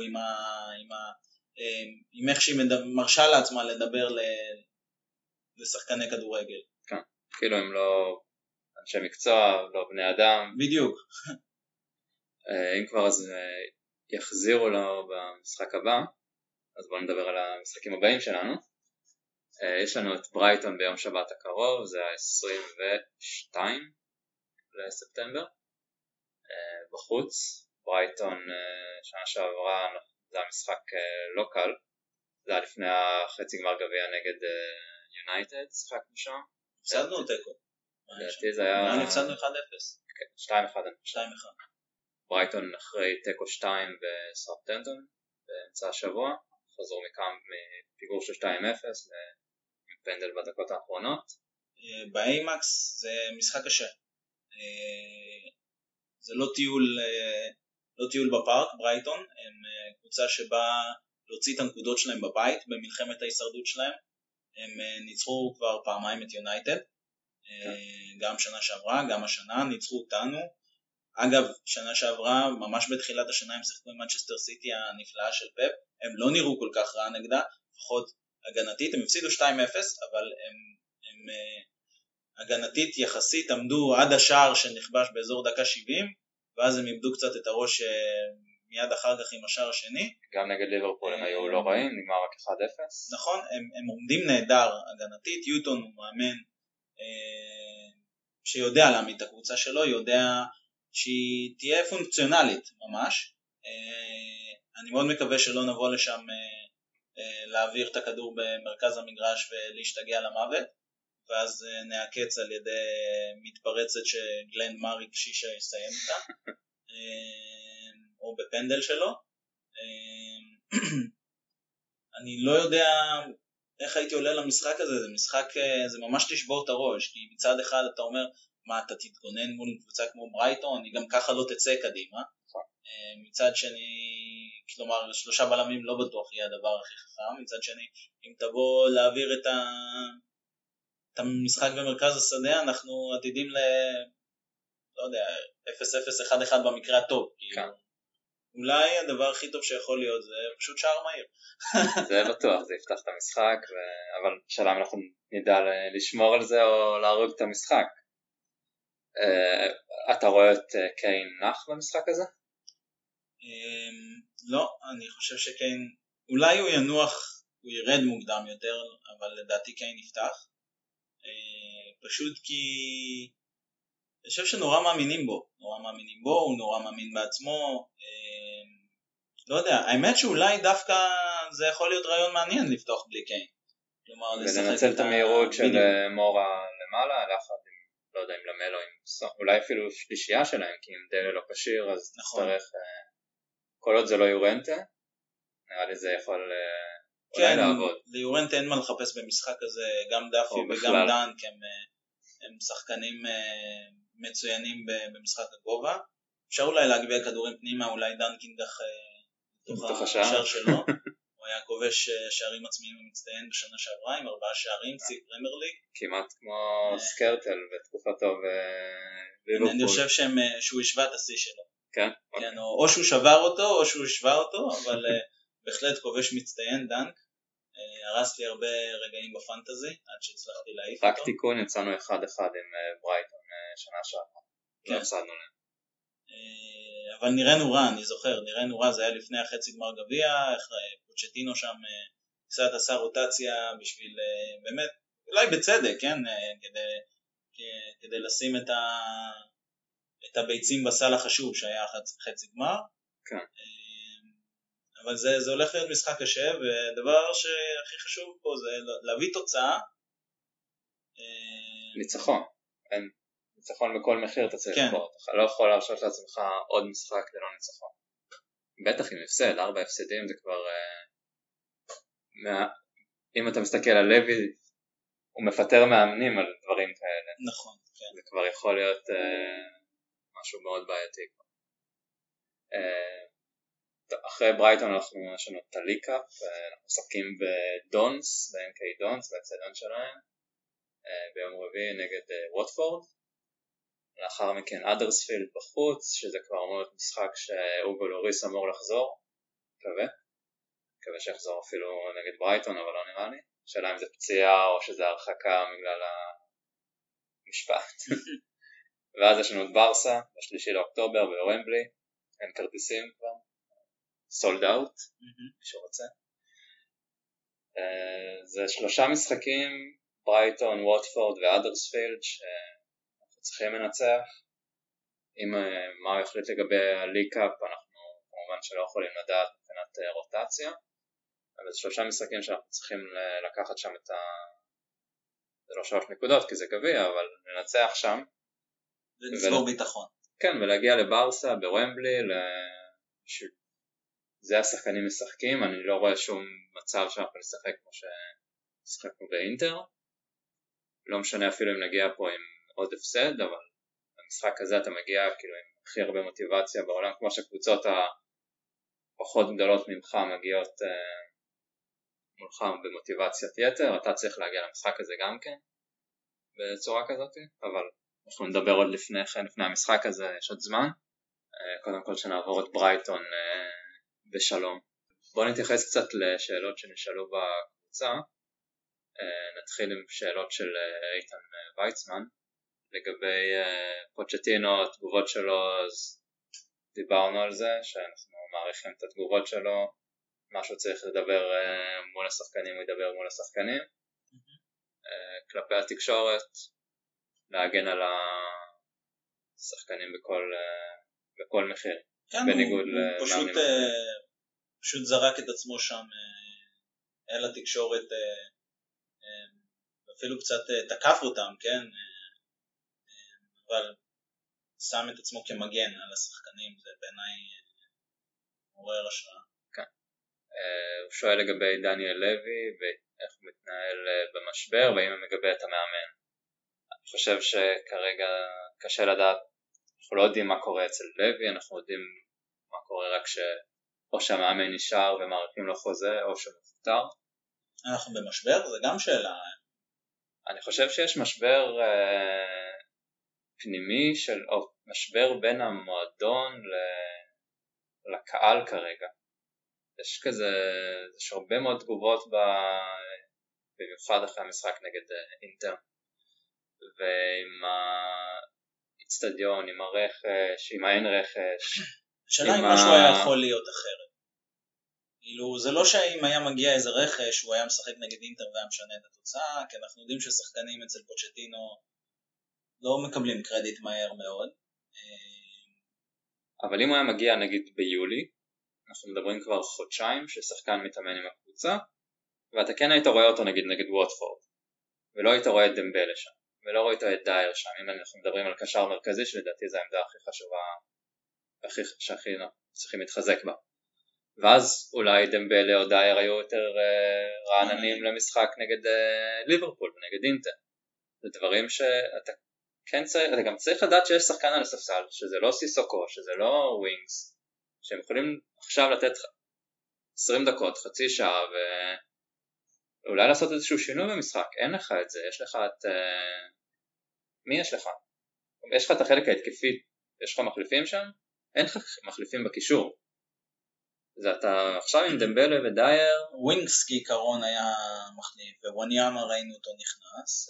עם איך שהיא מרשה לעצמה לדבר לשחקני כדורגל. כן, כאילו הם לא אנשי מקצוע, לא בני אדם. בדיוק. אם כבר אז יחזירו לו במשחק הבא, אז בואו נדבר על המשחקים הבאים שלנו. יש לנו את ברייטון ביום שבת הקרוב, זה ה-22 לספטמבר, בחוץ. ברייטון שנה שעברה זה המשחק לא קל, זה היה לפני החצי גמר גביע נגד יונייטד, שיחקנו שם. הפסדנו או תיקו? לדעתי זה היה... הפסדנו 1-0. 2-1. ברייטון אחרי תיקו 2 בסאות'המפטון באמצע השבוע, חזרו מכאן מפיגור של 2-0 לפנדל בדקות האחרונות. באיימקס זה משחק קשה, זה לא טיול בפארק. ברייטון הם קבוצה שבאה להוציא את הנקודות שלהם בבית במלחמת ההישרדות שלהם. הם ניצחו כבר פעמיים את יונייטד, גם שנה שעברה, גם השנה ניצחו אותנו. אגב, שנה שעברה, ממש בתחילת השנה הם שיחקו עם מנצ'סטר סיטי הנפלאה של פפ, הם לא נראו כל כך רע נגדה, לפחות הגנתית, הם הפסידו 2-0, אבל הם הגנתית יחסית עמדו עד השער שנכבש באזור דקה 70, ואז הם איבדו קצת את הראש מיד אחר כך עם השער השני. גם נגד ליברפול הם היו לא רעים, נגמר רק 1-0. נכון, הם עומדים נהדר הגנתית. יוטון הוא מאמן שיודע להעמיד את הקבוצה שלו, יודע שהיא תהיה פונקציונלית ממש. אני מאוד מקווה שלא נבוא לשם להעביר את הכדור במרכז המגרש ולהשתגע למוות, ואז נעקץ על ידי מתפרצת שגלן מאריק שישה יסיים איתה, או בפנדל שלו. אני לא יודע איך הייתי עולה למשחק הזה, זה ממש תשבור את הראש, כי מצד אחד אתה אומר, מה אתה תתגונן מול קבוצה כמו ברייטון, היא גם ככה לא תצא קדימה. מצד שני, כלומר, 3 בלמים לא בטוח יהיה הדבר הכי חכם. מצד שני, אם תבוא להעביר את המשחק במרכז השדה, אנחנו עתידים לא יודע, 0-0, 1-1 במקרה הטוב. אולי הדבר הכי טוב שיכול להיות זה פשוט שער מהיר. זה בטוח, זה יפתח את המשחק, אבל שאלה אם אנחנו נדע לשמור על זה או להרוג את המשחק. אתה רואה את קיין נח במשחק הזה? לא, אני חושב שקיין, אולי הוא ינוח, הוא ירד מוקדם יותר, אבל לדעתי קיין יפתח. פשוט כי אני חושב שנורא מאמינים בו, הוא נורא מאמין בעצמו. לא יודע, האמת שאולי דווקא זה יכול להיות רעיון מעניין לפתוח בלי קיין. ולנצל את המהירות של מורה למעלה, לאחד עם, לא יודע, עם למלו, אולי אפילו שלישייה שלהם, כי אם דלה לא קשיר, אז נצטרך, כל עוד זה לא יורנטה, נראה לי זה יכול אולי לעבוד. ליורנטה אין מה לחפש במשחק הזה, גם דאפי וגם דנק הם שחקנים מצוינים במשחק הגובה. אפשר אולי להגביע כדורים פנימה, אולי דנק ינגח לתוך השער שלו. הוא היה כובש שערים עצמיים המצטיין בשנה שעברה עם 4 שערים, צי פרמייר ליג. כמעט כמו סקרטל בתקופתו בליברפול. אני חושב שהוא השווה את השיא שלו. כן? כן, או שהוא שבר אותו או שהוא השווה אותו, אבל בהחלט כובש מצטיין דנק. הרס לי הרבה רגעים בפנטזי, עד שהצלחתי להעיף אותו. רק תיקון, יצאנו 1-1 עם ברייטון שנה שעברה. לא הפסדנו להם. אבל נראינו רע, אני זוכר, נראינו רע, זה היה לפני החצי גמר גביע, פוצ'טינו שם קצת עשה רוטציה בשביל, באמת, אולי בצדק, כן, כדי לשים את הביצים בסל החשוב שהיה חצי גמר. כן. אבל זה הולך להיות משחק קשה, ודבר שהכי חשוב פה זה להביא תוצאה. ניצחון, אין. ניצחון בכל מחיר אתה צריך לקרות, אתה לא יכול להרשות לעצמך עוד משחק ללא ניצחון. בטח עם הפסד, 4 הפסדים זה כבר, אם אתה מסתכל על לוי, הוא מפטר מאמנים על דברים כאלה. נכון, כן. זה כבר יכול להיות משהו מאוד בעייתי. אחרי ברייטון יש לנו את הליקאפ, אנחנו משחקים בדונס, ב-MK דונס, באצטדיון שלהם, ביום רביעי נגד ווטפורד. לאחר מכן אדרספילד בחוץ, שזה כבר אמור להיות משחק שאוגו לוריס אמור לחזור, מקווה שיחזור אפילו נגד ברייטון, אבל לא נראה לי. שאלה אם זה פציעה או שזה הרחקה בגלל המשפט. ואז יש לנו את ברסה, ב3 לאוקטובר בוומבלי, אין כרטיסים כבר, סולד אאוט, מי שרוצה. זה 3 משחקים, ברייטון, ווטפורד ואדרספילד, צריכים לנצח. אם מה יחליט לגבי הליקאפ, אנחנו כמובן שלא יכולים לדעת מבחינת רוטציה, אבל זה 3 משחקים שאנחנו צריכים לקחת שם את זה לא 3 נקודות כי זה גביע, אבל לנצח שם ולצבור ביטחון. כן, ולהגיע לברסה בוומבלי, זה השחקנים משחקים, אני לא רואה שום מצב שאנחנו נשחק כמו ששחקנו באינטר, לא משנה אפילו אם נגיע פה עם עוד הפסד, אבל במשחק הזה אתה מגיע כאילו עם הכי הרבה מוטיבציה בעולם, כמו שקבוצות הפחות גדולות ממך מגיעות מולך במוטיבציית יתר, אתה צריך להגיע למשחק הזה גם כן בצורה כזאת, אבל אנחנו נדבר עוד לפני המשחק הזה, יש עוד זמן. קודם כל שנעבור את ברייטון בשלום. בואו נתייחס קצת לשאלות שנשאלו בקבוצה. נתחיל עם שאלות של איתן ויצמן לגבי פוצ'טינו, התגובות שלו, אז דיברנו על זה שאנחנו מעריכים את התגובות שלו, משהו צריך לדבר מול השחקנים, הוא ידבר מול השחקנים. כלפי התקשורת, להגן על השחקנים בכל מחיר, בניגוד למאמנים. פשוט זרק את עצמו שם אל התקשורת, אפילו קצת תקף אותם, כן? אבל שם את עצמו כמגן על השחקנים, זה בעיניי מעורר השראה. כן. הוא שואל לגבי דניאל לוי ואיך הוא מתנהל במשבר והאם הוא מגבה את המאמן. אני חושב שכרגע קשה לדעת, אנחנו לא יודעים מה קורה אצל לוי, אנחנו יודעים מה קורה רק או שהמאמן נשאר ומעריכים לו חוזה או שהוא מפוטר. אנחנו במשבר? זה גם שאלה. אני חושב שיש משבר פנימי, או משבר בין המועדון לקהל כרגע. יש כזה, יש הרבה מאוד תגובות במיוחד אחרי המשחק נגד אינטר, ועם האצטדיון, עם הרכש, עם האין רכש. השאלה אם משהו היה יכול להיות אחרת. כאילו זה לא שאם היה מגיע איזה רכש הוא היה משחק נגד אינטר והיה משנה את התוצאה, כי אנחנו יודעים ששחקנים אצל פוצ'טינו לא מקבלים קרדיט מהר מאוד. אבל אם הוא היה מגיע נגיד ביולי, אנחנו מדברים כבר חודשיים ששחקן מתאמן עם הקבוצה, ואתה כן היית רואה אותו נגד ווטפורד, ולא היית רואה את דמבלה שם, ולא רואה את דייר שם, אם אנחנו מדברים על קשר מרכזי שלדעתי זו העמדה הכי חשובה, שהכי צריכים להתחזק בה. ואז אולי דמבלה או דייר היו יותר רעננים למשחק נגד ליברפול ונגד אינטר. זה דברים שאתה כן צריך, אתה גם צריך לדעת שיש שחקן על הספסל, שזה לא סיסוקו, שזה לא ווינגס, שהם יכולים עכשיו לתת 20 דקות, חצי שעה, ואולי לעשות איזשהו שינוי במשחק. אין לך את זה, יש לך את... מי יש לך? יש לך את החלק ההתקפי, יש לך מחליפים שם? אין לך מחליפים בקישור. זה אתה עכשיו עם דמבלה ודייר. ווינגס כעיקרון היה מחליף, ווואניאמה ראינו אותו נכנס.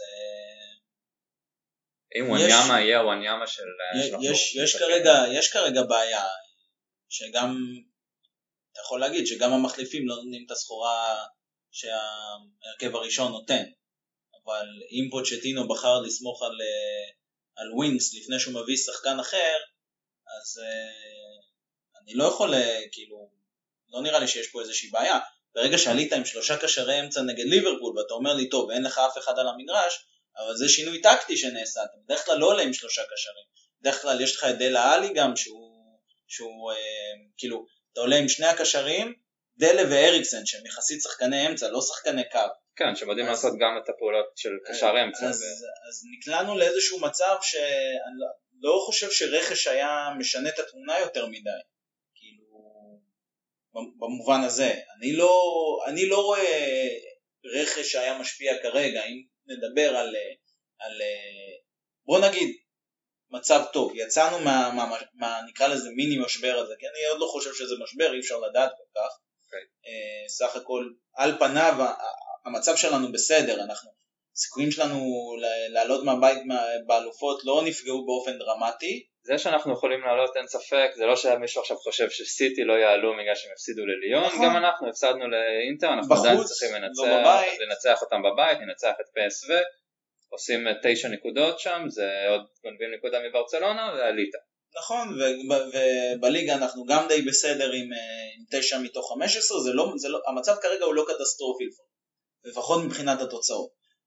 אם ווואניאמה יהיה ווואניאמה של... יש כרגע בעיה, שגם, אתה יכול להגיד שגם המחליפים לא נותנים את הסחורה שהרכב הראשון נותן, אבל אם פוצ'טינו בחר לסמוך על ווינגס לפני שהוא מביא שחקן אחר, אז אני לא יכול, כאילו, לא נראה לי שיש פה איזושהי בעיה. ברגע שעלית עם 3 קשרי אמצע נגד ליברפול, ואתה אומר לי, טוב, אין לך אף אחד על המגרש, אבל זה שינוי טקטי שנעשה, אתה בדרך כלל לא עולה עם 3 קשרים, בדרך כלל יש לך את דלה אלי גם, שהוא כאילו, אתה עולה עם 2 הקשרים, דלה ואריקסן, שהם יחסית שחקני אמצע, לא שחקני קו. כן, שמודעים לעשות גם את הפעולות של קשר אמצע. אז נקלענו לאיזשהו מצב שאני לא חושב שרכש היה משנה את התמונה יותר מדי, כאילו, במובן הזה. אני לא רואה רכש שהיה משפיע כרגע, אם נדבר על בוא נגיד, מצב טוב, יצאנו מה נקרא לזה מיני משבר הזה, כי אני עוד לא חושב שזה משבר, אי אפשר לדעת כל כך. סך הכל, על פניו, המצב שלנו בסדר, הסיכויים שלנו לעלות מהבית באלופות לא נפגעו באופן דרמטי. זה שאנחנו יכולים לעלות אין ספק, זה לא שמישהו עכשיו חושב שסיטי לא יעלו בגלל שהם הפסידו לליון, גם אנחנו הפסדנו לאינטר, אנחנו עדיין צריכים לנצח אותם בבית, ננצח את PSV, עושים 9 נקודות שם, זה עוד גונבים נקודה מברצלונה ועלית. נכון, ובליגה אנחנו גם די בסדר עם 9 מתוך 15, המצב כרגע הוא לא קטסטרופי, לפחות מבחינת התוצאות.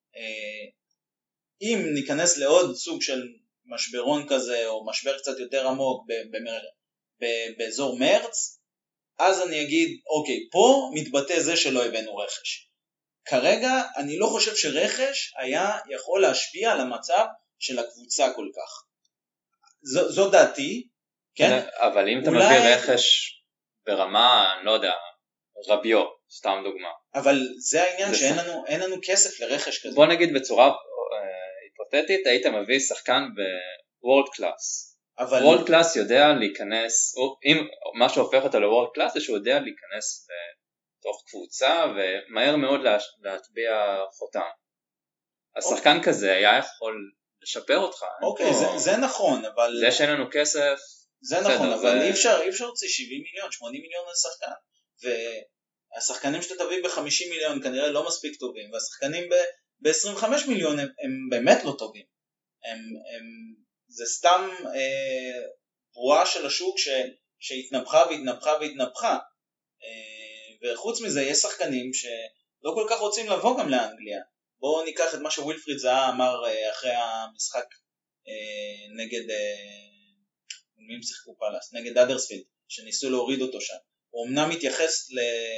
אם ניכנס לעוד סוג של משברון כזה, או משבר קצת יותר עמוק באזור מרץ, אז אני אגיד, אוקיי, פה מתבטא זה שלא הבאנו רכש. כרגע אני לא חושב שרכש היה יכול להשפיע על המצב של הקבוצה כל כך. זו דעתי, כן? אבל אם אתה מביא רכש ברמה, אני לא יודע, רביו, סתם דוגמה. אבל זה העניין שאין לנו כסף לרכש כזה. בוא נגיד בצורה היפותטית, היית מביא שחקן בוורד קלאס. וורד קלאס יודע להיכנס, אם מה שהופך אותו לוורד קלאס זה שהוא יודע להיכנס לתוך קבוצה ומהר מאוד להטביע חותם. השחקן כזה היה יכול לשפר אותך. אוקיי, זה נכון, אבל... זה שאין לנו כסף... זה נכון, אבל אי אפשר להוציא 70 מיליון, 80 מיליון לשחקן. והשחקנים שאתה תביא ב-50 מיליון כנראה לא מספיק טובים, והשחקנים ב-25 מיליון הם באמת לא טובים. זה סתם פרועה של השוק שהתנפחה והתנפחה והתנפחה. וחוץ מזה יש שחקנים שלא כל כך רוצים לבוא גם לאנגליה. בואו ניקח את מה שווילפריד זהה אמר אחרי המשחק נגד אדרספילד, שניסו להוריד אותו שם. הוא אמנם מתייחס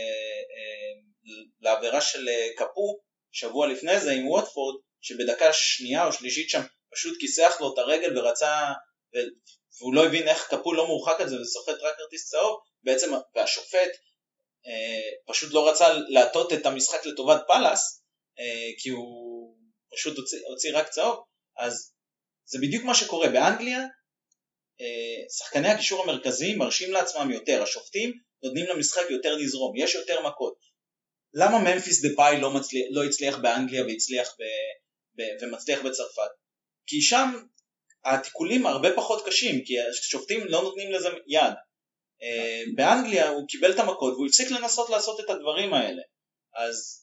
לעבירה של קפו שבוע לפני זה עם ווטפורד, שבדקה שנייה או שלישית שם פשוט כיסח לו את הרגל ורצה, והוא לא הבין איך קפו לא מורחק על זה וסוחט רק כרטיס צהוב, בעצם, והשופט פשוט לא רצה להטות את המשחק לטובת פלאס, כי הוא פשוט הוציא רק צהוב. אז זה בדיוק מה שקורה באנגליה. שחקני הקישור המרכזי מרשים לעצמם יותר, השופטים נותנים למשחק יותר לזרום, יש יותר מכות. למה ממפיס דפאי לא הצליח באנגליה ומצליח בצרפת? כי שם התיקולים הרבה פחות קשים, כי השופטים לא נותנים לזה יד. באנגליה הוא קיבל את המכות והוא הפסיק לנסות לעשות את הדברים האלה. אז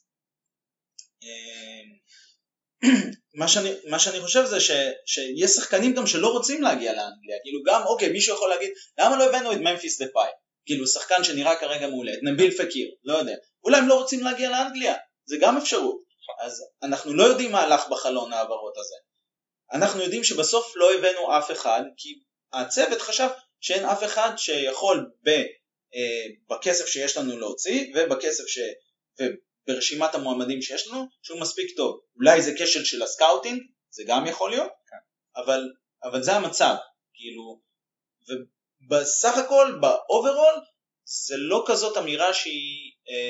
מה שאני חושב זה שיש שחקנים גם שלא רוצים להגיע לאנגליה, כאילו גם אוקיי, מישהו יכול להגיד למה לא הבאנו את ממפיס דפאי, כאילו שחקן שנראה כרגע מעולה, את נביל פקיר, לא יודע, אולי הם לא רוצים להגיע לאנגליה, זה גם אפשרות. אז אנחנו לא יודעים מה הלך בחלון העברות הזה, אנחנו יודעים שבסוף לא הבאנו אף אחד, כי הצוות חשב שאין אף אחד שיכול בכסף שיש לנו להוציא ובכסף ברשימת המועמדים שיש לנו, שהוא מספיק טוב. אולי זה כשל של הסקאוטינג, זה גם יכול להיות, אבל זה המצב, כאילו, ובסך הכל, באוברול, זה לא כזאת אמירה שהיא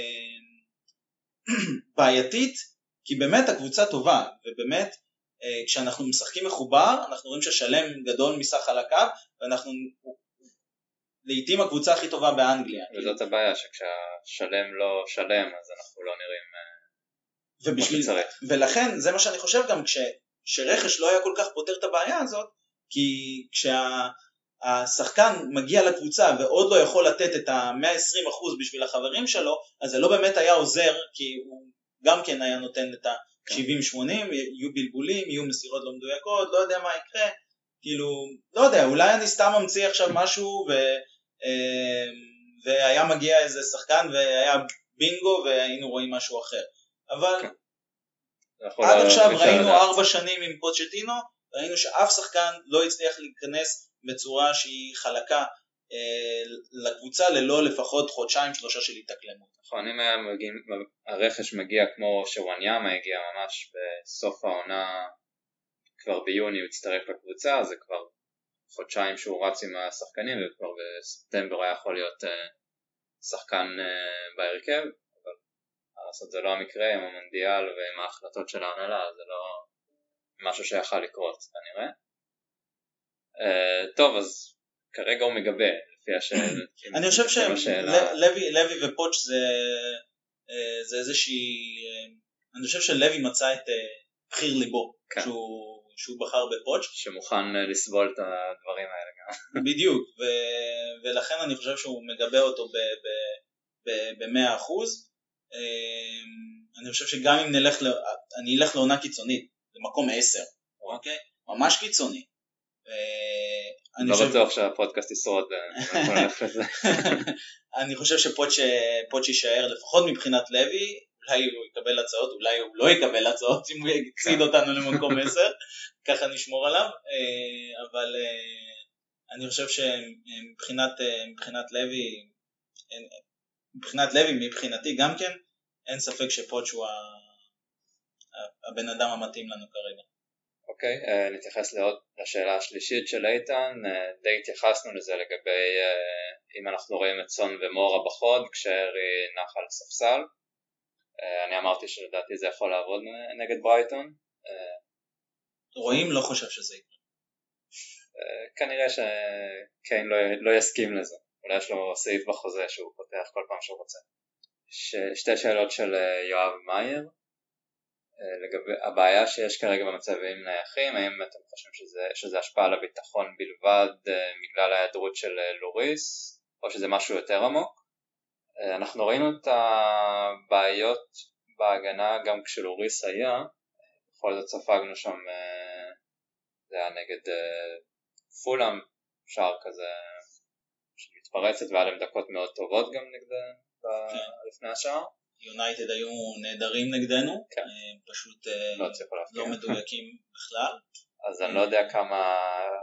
בעייתית, כי באמת הקבוצה טובה, ובאמת, כשאנחנו משחקים מחובר, אנחנו רואים ששלם גדול מסך על הקו, ואנחנו לעתים הקבוצה הכי טובה באנגליה. וזאת הבעיה, שכשהשלם לא שלם, אז אנחנו לא נראים כמו שצריך. ולכן, זה מה שאני חושב גם, כשרכש לא היה כל כך פותר את הבעיה הזאת, כי כשהשחקן מגיע לקבוצה, ועוד לא יכול לתת את ה-120% בשביל החברים שלו, אז זה לא באמת היה עוזר, כי הוא גם כן היה נותן את ה-70-80, יהיו בלבולים, יהיו מסירות לא מדויקות, לא יודע מה יקרה, כאילו, לא יודע, אולי אני סתם ממציא עכשיו משהו, והיה מגיע איזה שחקן והיה בינגו והיינו רואים משהו אחר, אבל עד עכשיו ראינו 4 שנים עם פוצ'טינו, ראינו שאף שחקן לא הצליח להיכנס בצורה שהיא חלקה לקבוצה ללא לפחות 1-3 של התאקלמות. נכון, אם הרכש מגיע כמו שוואניאמה הגיע ממש בסוף העונה, כבר ביוני הוא הצטרף לקבוצה, זה כבר חודשיים שהוא רץ עם השחקנים, וכבר בספטמבר היה יכול להיות שחקן בהרכב, אבל זה לא המקרה עם המונדיאל ועם ההחלטות של ההנהלה, זה לא משהו שיכל לקרות כנראה. טוב, אז כרגע הוא מגבה לפי השאלה. אני חושב שלוי ופוץ' זה איזושהי, אני חושב שלוי מצא את בחיר ליבו, שהוא בחר בפוץ' שמוכן לסבול את הדברים האלה גם. בדיוק, ולכן אני חושב שהוא מגבה אותו ב-100%. אני חושב שגם אם אני אלך לעונה קיצונית, למקום 10, אוקיי? ממש קיצוני. לא בטוח שהפודקאסט ישרוד. אני חושב שפוץ' יישאר לפחות מבחינת לוי, אולי הוא יקבל הצעות, אולי הוא לא יקבל הצעות אם הוא יצעיד אותנו למקום 10, ככה נשמור עליו, אבל אני חושב שמבחינת לוי, מבחינתי גם כן, אין ספק שפוץ' הוא הבן אדם המתאים לנו כרגע. אוקיי, נתייחס לשאלה השלישית של איתן, די התייחסנו לזה לגבי אם אנחנו רואים את סון ומורה בחוד כשארי נח על ספסל. אני אמרתי שלדעתי זה יכול לעבוד נגד ברייטון. רואים? לא חושב שזה יקרה. כנראה שקיין לא יסכים לזה. אולי יש לו סעיף בחוזה שהוא פותח כל פעם שהוא רוצה. שתי שאלות של יואב מאייר. לגבי הבעיה שיש כרגע במצבים נייחים, האם אתם חושבים שזה השפעה על הביטחון בלבד בגלל ההיעדרות של לוריס, או שזה משהו יותר עמוק? אנחנו ראינו את הבעיות בהגנה גם כשלוריס היה, בכל זאת ספגנו שם, זה היה נגד פולאם, שער כזה שמתפרצת והיה להם דקות מאוד טובות גם לפני השער. יונייטד היו נהדרים נגדנו, כן. פשוט לא מדויקים בכלל. אז אני לא יודע כמה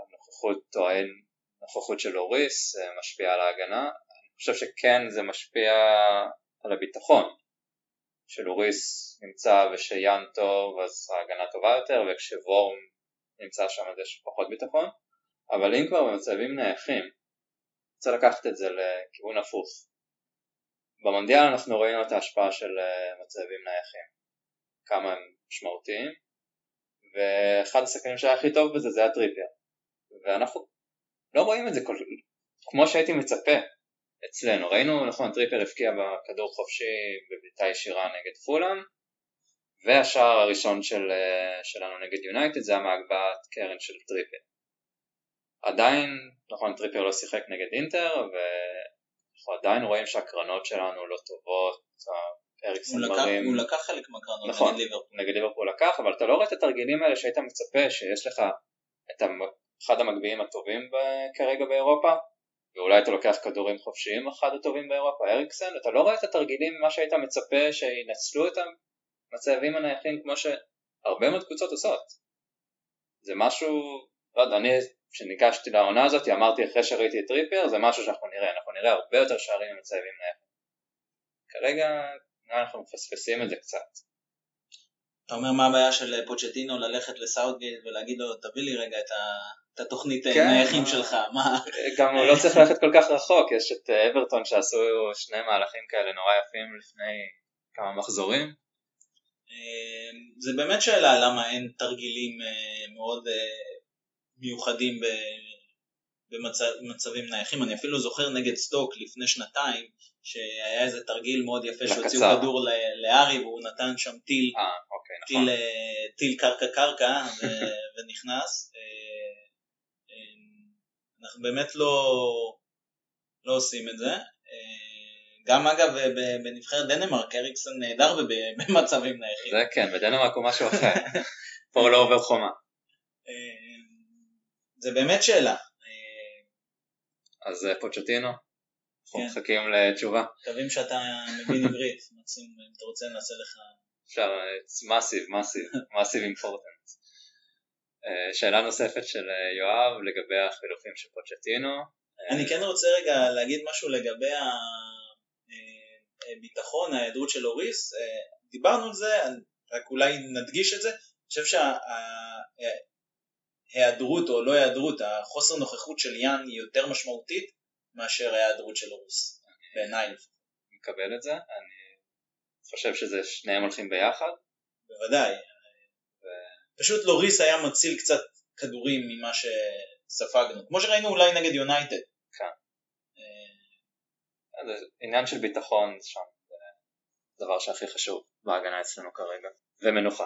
נוכחות של לוריס משפיעה על ההגנה. אני חושב שכן זה משפיע על הביטחון. שלוריס נמצא ושיאן טוב אז ההגנה טובה יותר, וכשוורם נמצא שם אז יש פחות ביטחון. אבל אם כבר במצבים נייחים, רוצה לקחת את זה לכיוון הפוך. במונדיאל אנחנו ראינו את ההשפעה של מצבים נייחים, כמה הם משמעותיים, ואחד השחקנים שהיה הכי טוב בזה זה הטריפייר, ואנחנו לא רואים את זה כמו שהייתי מצפה אצלנו. ראינו, נכון, טריפייר הפקיע בכדור חופשי בביתה ישירה נגד פולאם, והשער הראשון שלנו נגד יונייטד זה המהגבהת קרן של טריפייר. עדיין, נכון, טריפייר לא שיחק נגד אינטר, אנחנו עדיין רואים שהקרנות שלנו לא טובות, אריקסן מרים... הוא לקח חלק מהקרנות, נכון, נגד ליברפול. נגד ליברפול לקח, אבל אתה לא רואה את התרגילים האלה שהיית מצפה שיש לך את אחד המגביעים הטובים כרגע באירופה, ואולי אתה לוקח כדורים חופשיים אחד הטובים באירופה, אריקסן, אתה לא רואה את התרגילים מה שהיית מצפה שינצלו את המצבים הנייחים כמו שהרבה מאוד קבוצות עושות. זה משהו, לא יודע, אני כשניגשתי לעונה הזאת אמרתי אחרי שראיתי את טריפייר, זה משהו שאנחנו נראה הרבה יותר שערים ממצבים נייחים. כרגע אנחנו מפספסים את זה קצת. אתה אומר מה הבעיה של פוצ'טינו ללכת לסאוטגייט ולהגיד לו תביא לי רגע את התוכנית נייחים שלך, מה? גם הוא לא צריך ללכת כל כך רחוק, יש את אברטון שעשו שני מהלכים כאלה נורא יפים לפני כמה מחזורים. זה באמת שאלה למה אין תרגילים מאוד מיוחדים במצבים נייחים. אני אפילו זוכר נגד סטוק לפני שנתיים שהיה איזה תרגיל מאוד יפה שהוציאו כדור לארי והוא נתן שם טיל קרקע ונכנס. אנחנו באמת לא עושים את זה. גם אגב בנבחרת דנמרק אריקסן נהדר במצבים נייחים. זה כן, בדנמרק הוא משהו אחר. פה לא עובר חומה. זה באמת שאלה. אז פוצ'טינו, אנחנו מחכים לתשובה. מקווים שאתה מבין עברית, אם אתה רוצה נעשה לך. אפשר, massive important. שאלה נוספת של יואב לגבי החילופים של פוצ'טינו. אני כן רוצה רגע להגיד משהו לגבי הביטחון, ההיעדרות של אוריס. דיברנו על זה, רק אולי נדגיש את זה. אני חושב שההיעדרות או לא היעדרות, החוסר נוכחות של יאן היא יותר משמעותית מאשר ההיעדרות של אוריס. בעיניי. מקבל את זה, אני חושב שזה שניהם הולכים ביחד. בוודאי. פשוט לוריס היה מציל קצת כדורים ממה שספגנו, כמו שראינו אולי נגד יונייטד. כן. זה עניין של ביטחון שם, זה דבר שהכי חשוב בהגנה אצלנו כרגע, ומנוחה.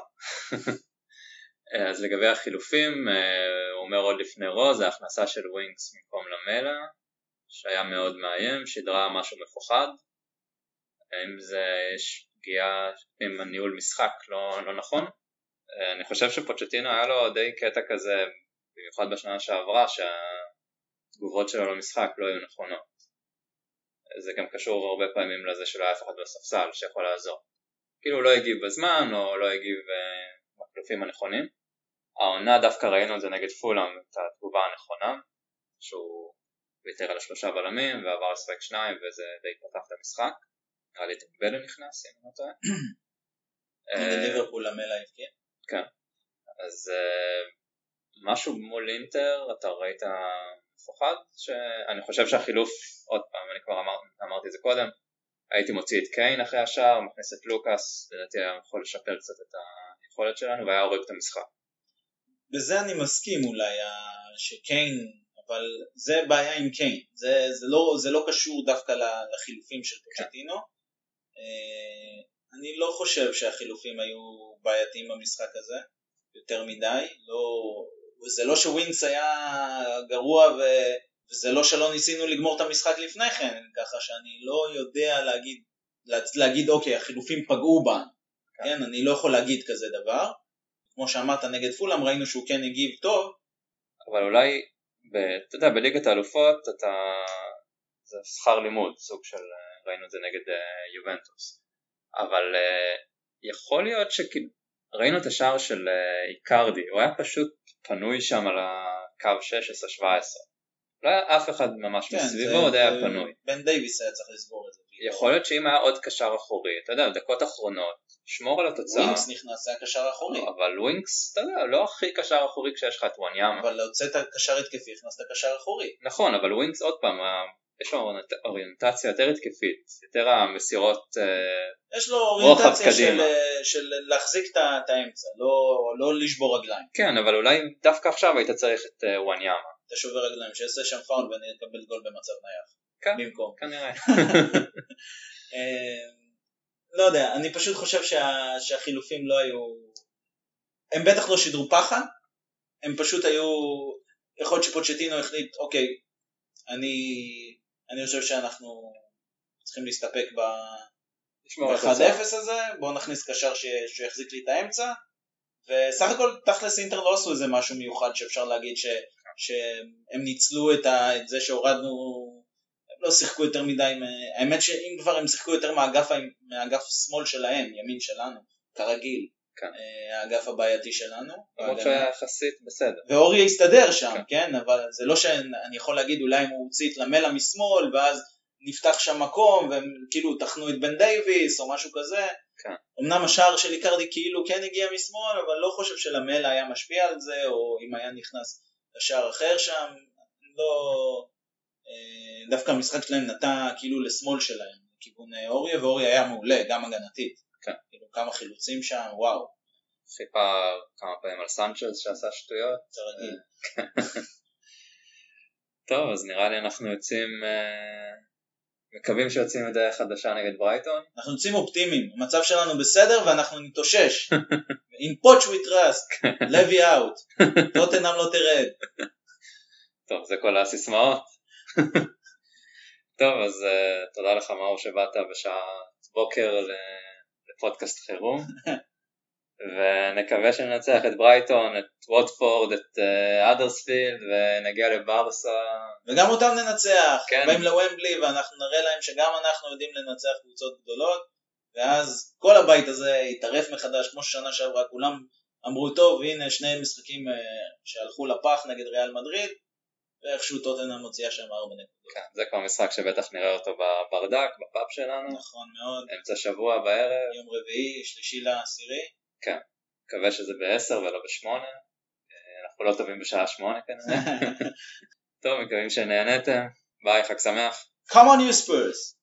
אז לגבי החילופים, הוא אומר עוד לפני רוז, זה ההכנסה של ווינקס במקום למלה, שהיה מאוד מאיים, שדרה משהו מפוחד, אם זה יש פגיעה עם הניהול משחק לא נכון. אני חושב שפוצ'טינו היה לו די קטע כזה, במיוחד בשנה שעברה, שהתגובות שלו למשחק לא היו נכונות. זה גם קשור הרבה פעמים לזה שלא היה אף אחד בספסל שיכול לעזור. כאילו הוא לא הגיב בזמן או לא הגיב בחילופים הנכונים. העונה דווקא ראינו את זה נגד פולאם, את התגובה הנכונה, שהוא ויתר על 3 בלמים ועבר לשחק 2 וזה די פתח את המשחק. נראה לי את בלן נכנס, אם אני לא טועה. נגד ליברפול המלה הבקיע. כן, אז משהו מול אינטר, אתה ראית מפוחד, שאני חושב שהחילוף, עוד פעם, אני כבר אמרתי את זה קודם, הייתי מוציא את קיין אחרי השער, מכניס את לוקאס, לדעתי היה יכול לשפר קצת את היכולת שלנו, והיה הורג את המשחק. בזה אני מסכים אולי, שקיין, אבל זה בעיה עם קיין, זה לא קשור דווקא לחילופים של פוצ'טינו. אני לא חושב שהחילופים היו בעייתיים במשחק הזה, יותר מדי, זה לא שווינקס היה גרוע וזה לא שלא ניסינו לגמור את המשחק לפני כן, ככה שאני לא יודע להגיד אוקיי, החילופים פגעו בה, כן, אני לא יכול להגיד כזה דבר, כמו שאמרת נגד פולאם ראינו שהוא כן הגיב טוב. אבל אולי, אתה יודע, בליגת האלופות זה שכר לימוד, סוג של, ראינו את זה נגד יובנטוס. אבל יכול להיות שראינו את השער של איקרדי, הוא היה פשוט פנוי שם על הקו 16-17. לא היה אף אחד ממש מסביבו, עוד היה פנוי. בן דייביס היה צריך לסגור את זה. יכול להיות שאם היה עוד קשר אחורי, אתה יודע, דקות אחרונות, שמור על התוצאה. ווינקס נכנס, זה היה קשר אחורי. אבל ווינקס, אתה יודע, לא הכי קשר אחורי כשיש לך את וואניאמה. אבל להוצאת קשר התקפי, הכנסת קשר אחורי. נכון, אבל ווינקס עוד פעם, יש לו אוריינטציה יותר התקפית, יותר המסירות יש לו אוריינטציה של להחזיק את האמצע, לא לשבור רגליים. כן, אבל אולי דווקא עכשיו היית צריך את וואניאמה. אתה שובר רגליים, שיעשה שם פאול ואני אקבל גול במצב נייח. כן, במקום. כנראה. לא יודע, אני פשוט חושב שהחילופים לא היו, הם בטח לא שידרו פחד, הם פשוט היו, יכול להיות שפוצ'טינו החליט, אוקיי, אני חושב שאנחנו צריכים להסתפק לשמור על ב-1-0 הזה, בואו נכניס קשר שיחזיק לי את האמצע, וסך הכל תכלס אינטר לא עשו איזה משהו מיוחד שאפשר להגיד שהם ניצלו את זה שהורדנו, הם לא שיחקו יותר מדי, האמת שאם כבר הם שיחקו יותר מהאגף שמאל שלהם, ימין שלנו, כרגיל, האגף הבעייתי שלנו. למרות שהיה יחסית בסדר. ואוריה הסתדר שם, כן? אבל זה לא שאני יכול להגיד אולי אם הוא הוציא את למלה משמאל, ואז נפתח שם מקום, והם כאילו תחנו את בן דייביס או משהו כזה. אמנם השער של איקרדי כאילו כן הגיע משמאל, אבל לא חושב שלמלה היה משפיע על זה, או אם היה נכנס לשער אחר שם, לא... דווקא המשחק שלהם נטע כאילו לשמאל שלהם, לכיוון אוריה, ואוריה היה מעולה, גם הגנתית. כאילו כמה חילוצים שם, וואו. חיפה כמה פעמים על סנצ'ז שעשה שטויות. תרגיל. טוב, אז נראה לי אנחנו יוצאים, מקווים שיוצאים לדרך חדשה נגד ברייטון. אנחנו יוצאים אופטימיים, המצב שלנו בסדר ואנחנו נתאושש. In poach we trust, Levy out, טוטנהאם לא תרד. טוב, זה כל הסיסמאות. טוב, אז תודה לך מאור שבאת בשעה בוקר לפודקאסט חירום. ונקווה שננצח את ברייטון, את ווטפורד, את אדרספילד, ונגיע לברסה. וגם אותם ננצח, באים לוומבלי, ואנחנו נראה להם שגם אנחנו יודעים לנצח קבוצות גדולות, ואז כל הבית הזה יתערף מחדש, כמו ששנה שעברה, כולם אמרו טוב, והנה שני משחקים שהלכו לפח נגד ריאל מדריד, ואיכשהו טוטנהאם מוציאה שם 4 נקודות. כן, זה כבר משחק שבטח נראה אותו בברדק, בפאב שלנו. נכון מאוד. אמצע שבוע בערב. יום רביעי, 3/10. כן, מקווה שזה ב-10 ולא ב-8. אנחנו לא טובים בשעה 8 כנראה. טוב, מקווים שנהנתם. ביי, חג שמח. Come on you Spurs!